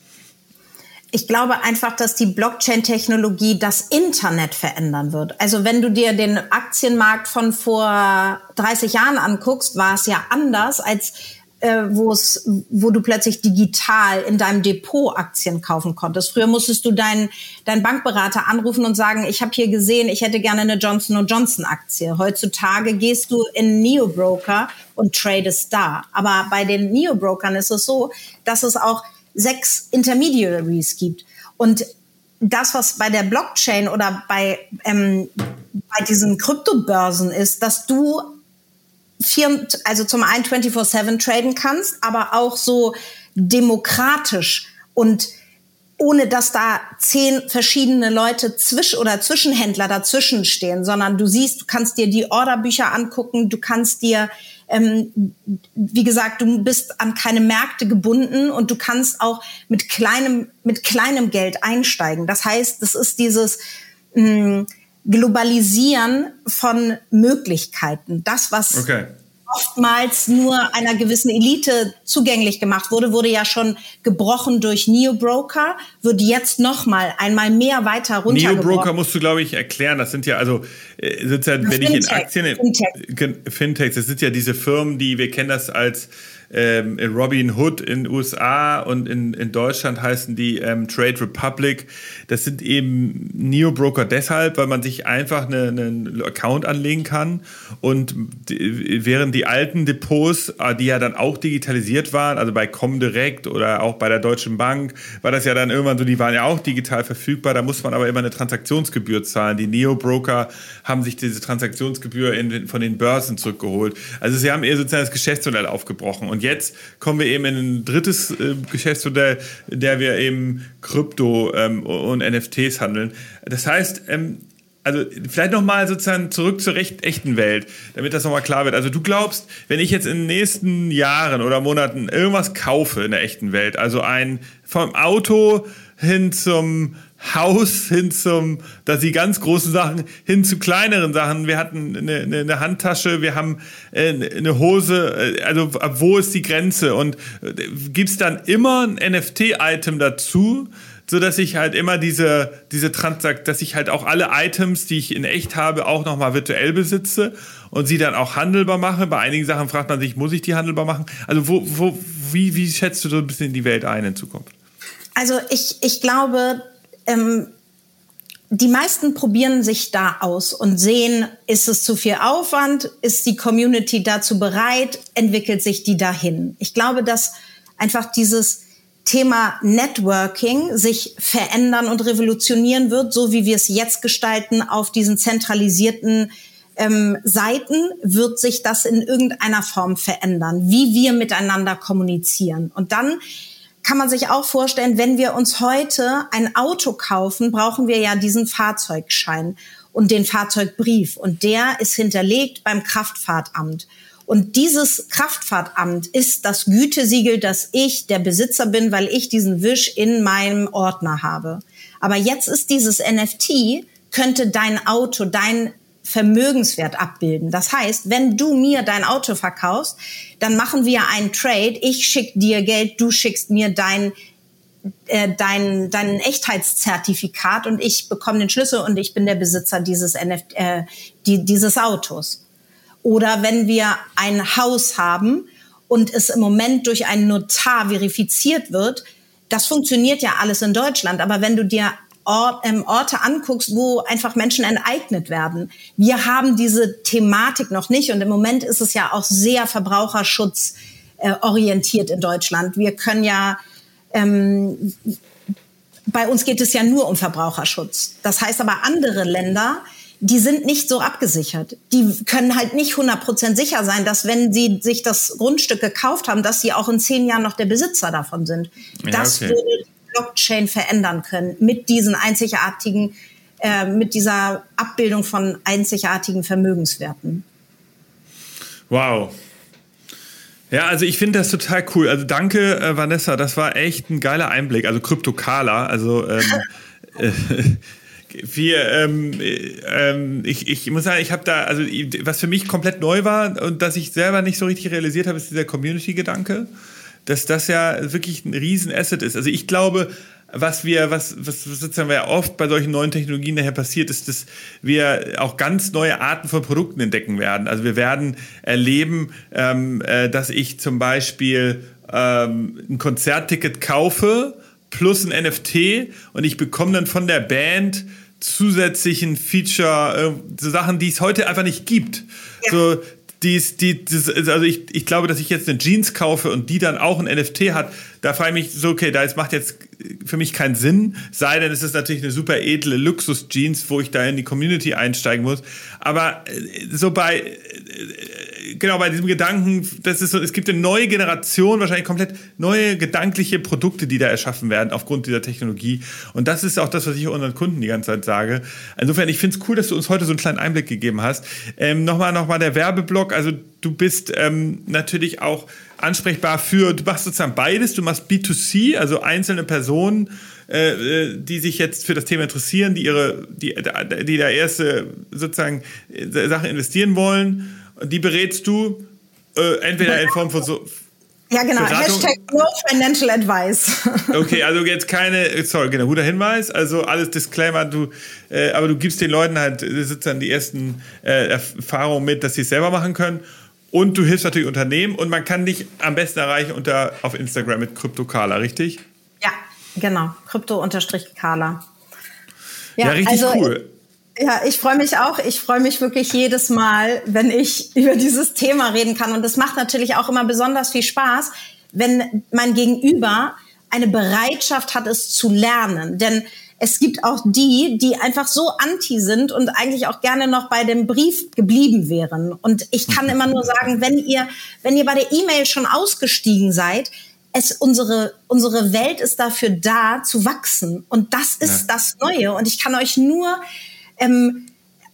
Ich glaube einfach, dass die Blockchain-Technologie das Internet verändern wird. Also wenn du dir den Aktienmarkt von vor dreißig Jahren anguckst, war es ja anders, als äh, wo es, wo du plötzlich digital in deinem Depot Aktien kaufen konntest. Früher musstest du deinen deinen Bankberater anrufen und sagen, ich habe hier gesehen, ich hätte gerne eine Johnson und Johnson Aktie. Heutzutage gehst du in Neo-Broker und tradest da. Aber bei den Neo-Brokern ist es so, dass es auch sechs Intermediaries gibt. Und das, was bei der Blockchain oder bei, ähm, bei diesen Kryptobörsen ist, dass du vier, also zum einen vierundzwanzig sieben traden kannst, aber auch so demokratisch und ohne dass da zehn verschiedene Leute zwisch oder Zwischenhändler dazwischen stehen, sondern du siehst, du kannst dir die Orderbücher angucken, du kannst dir Ähm, wie gesagt, du bist an keine Märkte gebunden und du kannst auch mit kleinem, mit kleinem Geld einsteigen. Das heißt, das ist dieses mh, Globalisieren von Möglichkeiten. Das, was okay. oftmals nur einer gewissen Elite zugänglich gemacht wurde, wurde ja schon gebrochen durch Neo-Broker, wird jetzt nochmal einmal mehr weiter runtergebrochen. Neo-Broker musst du, glaube ich, erklären. Das sind ja, also, sind ja, wenn Fintech, ich in Aktien... Fintech. Fintechs, das sind ja diese Firmen, die, wir kennen das als ähm, Robin Hood in den U S A und in, in Deutschland heißen die ähm, Trade Republic. Das sind eben Neo-Broker deshalb, weil man sich einfach eine, einen Account anlegen kann und die, während die alten Depots, die ja dann auch digitalisiert waren, also bei Comdirect oder auch bei der Deutschen Bank, war das ja dann irgendwann so, die waren ja auch digital verfügbar, da muss man aber immer eine Transaktionsgebühr zahlen. Die Neo-Broker haben sich diese Transaktionsgebühr in, von den Börsen zurückgeholt. Also sie haben eher sozusagen das Geschäftsmodell aufgebrochen. Und jetzt kommen wir eben in ein drittes äh, Geschäftsmodell, in der wir eben Krypto ähm, und N F Ts handeln. Das heißt, ähm, also vielleicht nochmal sozusagen zurück zur recht, echten Welt, damit das nochmal klar wird. Also du glaubst, wenn ich jetzt in den nächsten Jahren oder Monaten irgendwas kaufe in der echten Welt, also ein vom Auto hin zum Haus, hin zum, dass die ganz großen Sachen, hin zu kleineren Sachen. Wir hatten eine, eine, eine Handtasche, wir haben äh, eine Hose, also ab wo ist die Grenze? Und äh, gibt's dann immer ein N F T-Item dazu, so dass ich halt immer diese, diese Transakt, dass ich halt auch alle Items, die ich in echt habe, auch nochmal virtuell besitze und sie dann auch handelbar mache. Bei einigen Sachen fragt man sich, muss ich die handelbar machen? Also wo, wo, wie, wie schätzt du so ein bisschen die Welt ein in Zukunft? Also ich, ich glaube, ähm, die meisten probieren sich da aus und sehen, ist es zu viel Aufwand? Ist die Community dazu bereit? Entwickelt sich die dahin? Ich glaube, dass einfach dieses Thema Networking sich verändern und revolutionieren wird, so wie wir es jetzt gestalten auf diesen zentralisierten ähm, Seiten, wird sich das in irgendeiner Form verändern, wie wir miteinander kommunizieren. Und dann kann man sich auch vorstellen, wenn wir uns heute ein Auto kaufen, brauchen wir ja diesen Fahrzeugschein und den Fahrzeugbrief. Und der ist hinterlegt beim Kraftfahrtamt. Und dieses Kraftfahrtamt ist das Gütesiegel, dass ich der Besitzer bin, weil ich diesen Wisch in meinem Ordner habe. Aber jetzt ist dieses N F T, könnte dein Auto, dein Vermögenswert abbilden. Das heißt, wenn du mir dein Auto verkaufst, dann machen wir einen Trade. Ich schicke dir Geld, du schickst mir dein, äh, dein, dein Echtheitszertifikat und ich bekomme den Schlüssel und ich bin der Besitzer dieses, N F T, äh, die, dieses Autos. Oder wenn wir ein Haus haben und es im Moment durch einen Notar verifiziert wird, das funktioniert ja alles in Deutschland. Aber wenn du dir Ort, ähm, Orte anguckst, wo einfach Menschen enteignet werden, wir haben diese Thematik noch nicht. Und im Moment ist es ja auch sehr verbraucherschutzorientiert äh, in Deutschland. Wir können ja Ähm, bei uns geht es ja nur um Verbraucherschutz. Das heißt aber, andere Länder, die sind nicht so abgesichert. Die können halt nicht hundert Prozent sicher sein, dass wenn sie sich das Grundstück gekauft haben, dass sie auch in zehn Jahren noch der Besitzer davon sind. Ja, das okay. würde die Blockchain verändern können mit diesen einzigartigen, äh, mit dieser Abbildung von einzigartigen Vermögenswerten. Wow. Ja, also ich finde das total cool. Also danke, äh, Vanessa, das war echt ein geiler Einblick. Also Kryptokala, also ähm, äh, wir, ähm, ähm, ich, ich muss sagen, ich habe da, also was für mich komplett neu war und das ich selber nicht so richtig realisiert habe, ist dieser Community-Gedanke, dass das ja wirklich ein riesen Asset ist. Also ich glaube, was wir, was, was sozusagen ja oft bei solchen neuen Technologien nachher passiert, ist, dass wir auch ganz neue Arten von Produkten entdecken werden. Also wir werden erleben, ähm, äh, dass ich zum Beispiel ähm, ein Konzertticket kaufe plus ein N F T und ich bekomme dann von der Band zusätzlichen Feature, äh, so Sachen, die es heute einfach nicht gibt. Ja. So, Die ist, die, das, also ich, ich glaube, dass ich jetzt eine Jeans kaufe und die dann auch ein N F T hat, da frage ich mich so, okay, das macht jetzt für mich keinen Sinn, sei denn es ist natürlich eine super edle Luxus-Jeans, wo ich da in die Community einsteigen muss. Aber so bei, genau bei diesem Gedanken, das ist so, es gibt eine neue Generation, wahrscheinlich komplett neue gedankliche Produkte, die da erschaffen werden aufgrund dieser Technologie. Und das ist auch das, was ich unseren Kunden die ganze Zeit sage. Insofern, ich finde es cool, dass du uns heute so einen kleinen Einblick gegeben hast. Ähm, nochmal, nochmal der Werbeblock. Also du bist ähm, natürlich auch ansprechbar für, du machst sozusagen beides. Du machst B zwei C, also einzelne Personen, äh, die sich jetzt für das Thema interessieren, die ihre, die, die da erste sozusagen Sachen investieren wollen. Die berätst du äh, entweder in Form von so ja, genau. Beratung. Hashtag no financial advice. Okay, also jetzt keine, sorry, genau, guter Hinweis, also alles Disclaimer, du, äh, aber du gibst den Leuten halt sozusagen die ersten äh, Erfahrungen mit, dass sie es selber machen können und du hilfst natürlich Unternehmen und man kann dich am besten erreichen unter, auf Instagram mit Kryptokala, richtig? Ja, genau, Krypto-Kala. Ja, ja, richtig also, cool. Ja, ich freue mich auch. Ich freue mich wirklich jedes Mal, wenn ich über dieses Thema reden kann. Und es macht natürlich auch immer besonders viel Spaß, wenn mein Gegenüber eine Bereitschaft hat, es zu lernen. Denn es gibt auch die, die einfach so anti sind und eigentlich auch gerne noch bei dem Brief geblieben wären. Und ich kann immer nur sagen, wenn ihr, wenn ihr bei der E-Mail schon ausgestiegen seid, es, unsere, unsere Welt ist dafür da, zu wachsen. Und das ist ja. das Neue. Und ich kann euch nur Ähm,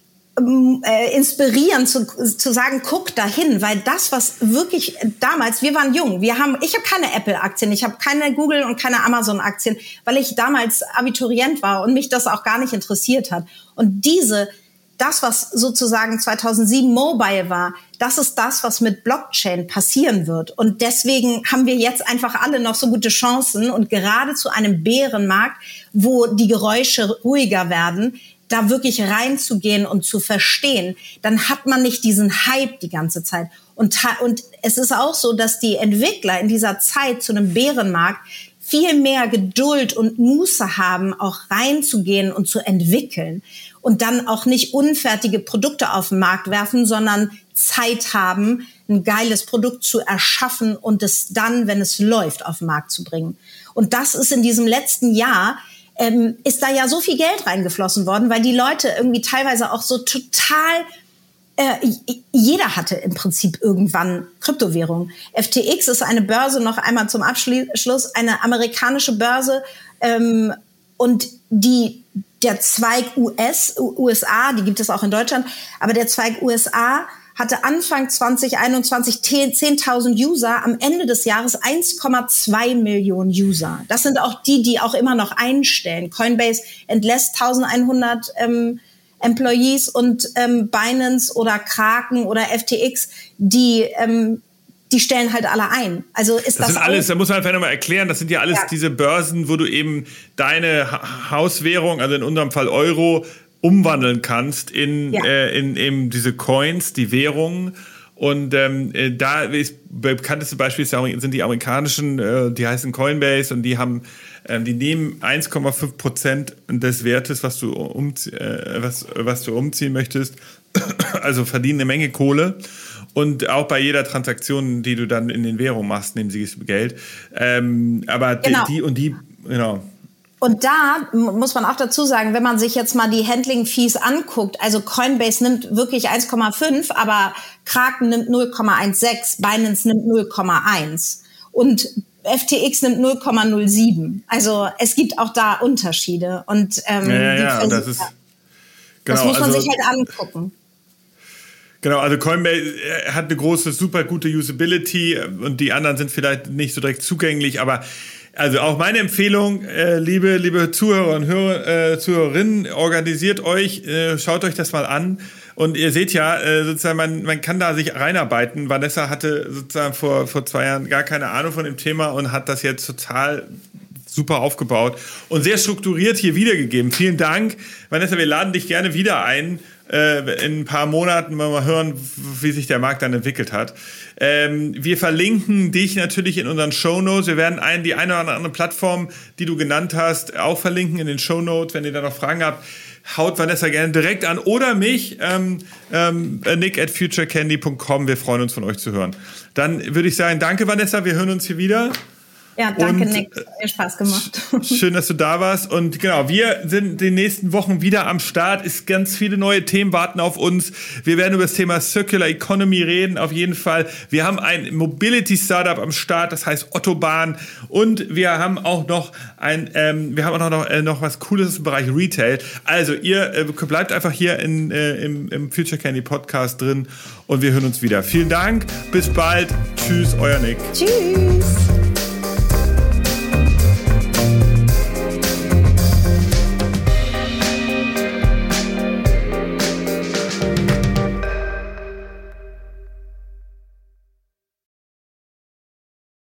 äh, inspirieren zu, zu sagen, guck dahin, weil das, was wirklich damals, wir waren jung, wir haben, ich habe keine Apple-Aktien, ich habe keine Google und keine Amazon-Aktien, weil ich damals Abiturient war und mich das auch gar nicht interessiert hat. Und diese, das, was sozusagen zweitausendsieben Mobile war, das ist das, was mit Blockchain passieren wird. Und deswegen haben wir jetzt einfach alle noch so gute Chancen und gerade zu einem Bärenmarkt, wo die Geräusche ruhiger werden, da wirklich reinzugehen und zu verstehen, dann hat man nicht diesen Hype die ganze Zeit. Und, und es ist auch so, dass die Entwickler in dieser Zeit zu einem Bärenmarkt viel mehr Geduld und Muße haben, auch reinzugehen und zu entwickeln. Und dann auch nicht unfertige Produkte auf den Markt werfen, sondern Zeit haben, ein geiles Produkt zu erschaffen und es dann, wenn es läuft, auf den Markt zu bringen. Und das ist in diesem letzten Jahr Ähm, ist da ja so viel Geld reingeflossen worden, weil die Leute irgendwie teilweise auch so total, äh, jeder hatte im Prinzip irgendwann Kryptowährung. F T X ist eine Börse, noch einmal zum Abschluss, eine amerikanische Börse ähm, und die, der Zweig U S, U S A, die gibt es auch in Deutschland, aber der Zweig U S A hatte Anfang zwanzig einundzwanzig zehntausend User, am Ende des Jahres eins Komma zwei Millionen User. Das sind auch die, die auch immer noch einstellen. Coinbase entlässt eintausendeinhundert ähm, Employees und ähm, Binance oder Kraken oder F T X, die ähm, die stellen halt alle ein. Also ist das, das sind alles, da muss man einfach nochmal erklären, das sind ja alles ja. diese Börsen, wo du eben deine ha- Hauswährung, also in unserem Fall Euro, umwandeln kannst in, ja. äh, in, in diese Coins, die Währungen. Und ähm, da ist bekannteste Beispiel sind die amerikanischen, äh, die heißen Coinbase und die haben, ähm, die nehmen eins Komma fünf Prozent des Wertes, was du, um, äh, was, was du umziehen möchtest, also verdienen eine Menge Kohle. Und auch bei jeder Transaktion, die du dann in den Währungen machst, nehmen sie Geld. Ähm, aber genau. die, die und die, genau. Und da muss man auch dazu sagen, wenn man sich jetzt mal die Handling-Fees anguckt, also Coinbase nimmt wirklich eins Komma fünf, aber Kraken nimmt null Komma sechzehn, Binance nimmt null Komma eins und F T X nimmt null Komma null sieben. Also es gibt auch da Unterschiede. Und ähm, ja, ja, die ja, das ist, genau, das muss man also, sich halt angucken. Genau, also Coinbase hat eine große, super gute Usability und die anderen sind vielleicht nicht so direkt zugänglich, aber also auch meine Empfehlung, äh, liebe liebe Zuhörer und Hörer, äh, Zuhörerinnen, organisiert euch, äh, schaut euch das mal an und ihr seht ja, äh, sozusagen man man kann da sich reinarbeiten. Vanessa hatte sozusagen vor vor zwei Jahren gar keine Ahnung von dem Thema und hat das jetzt total super aufgebaut und sehr strukturiert hier wiedergegeben. Vielen Dank, Vanessa. Wir laden dich gerne wieder ein. In ein paar Monaten mal hören, wie sich der Markt dann entwickelt hat. Ähm, wir verlinken dich natürlich in unseren Shownotes. Wir werden ein, die eine oder andere Plattform, die du genannt hast, auch verlinken in den Shownotes. Wenn ihr da noch Fragen habt, haut Vanessa gerne direkt an oder mich, ähm, ähm, nick at futurecandy punkt com. Wir freuen uns, von euch zu hören. Dann würde ich sagen, danke Vanessa, wir hören uns hier wieder. Ja, danke, und, Nick. Hat mir Spaß gemacht. Schön, dass du da warst. Und genau, wir sind in den nächsten Wochen wieder am Start. Ist ganz viele neue Themen warten auf uns. Wir werden über das Thema Circular Economy reden, auf jeden Fall. Wir haben ein Mobility-Startup am Start, das heißt Ottobahn. Und wir haben auch noch ein, ähm, wir haben auch noch, äh, noch was Cooles im Bereich Retail. Also ihr äh, bleibt einfach hier in, äh, im, im Future Candy Podcast drin und wir hören uns wieder. Vielen Dank, bis bald. Tschüss, euer Nick. Tschüss.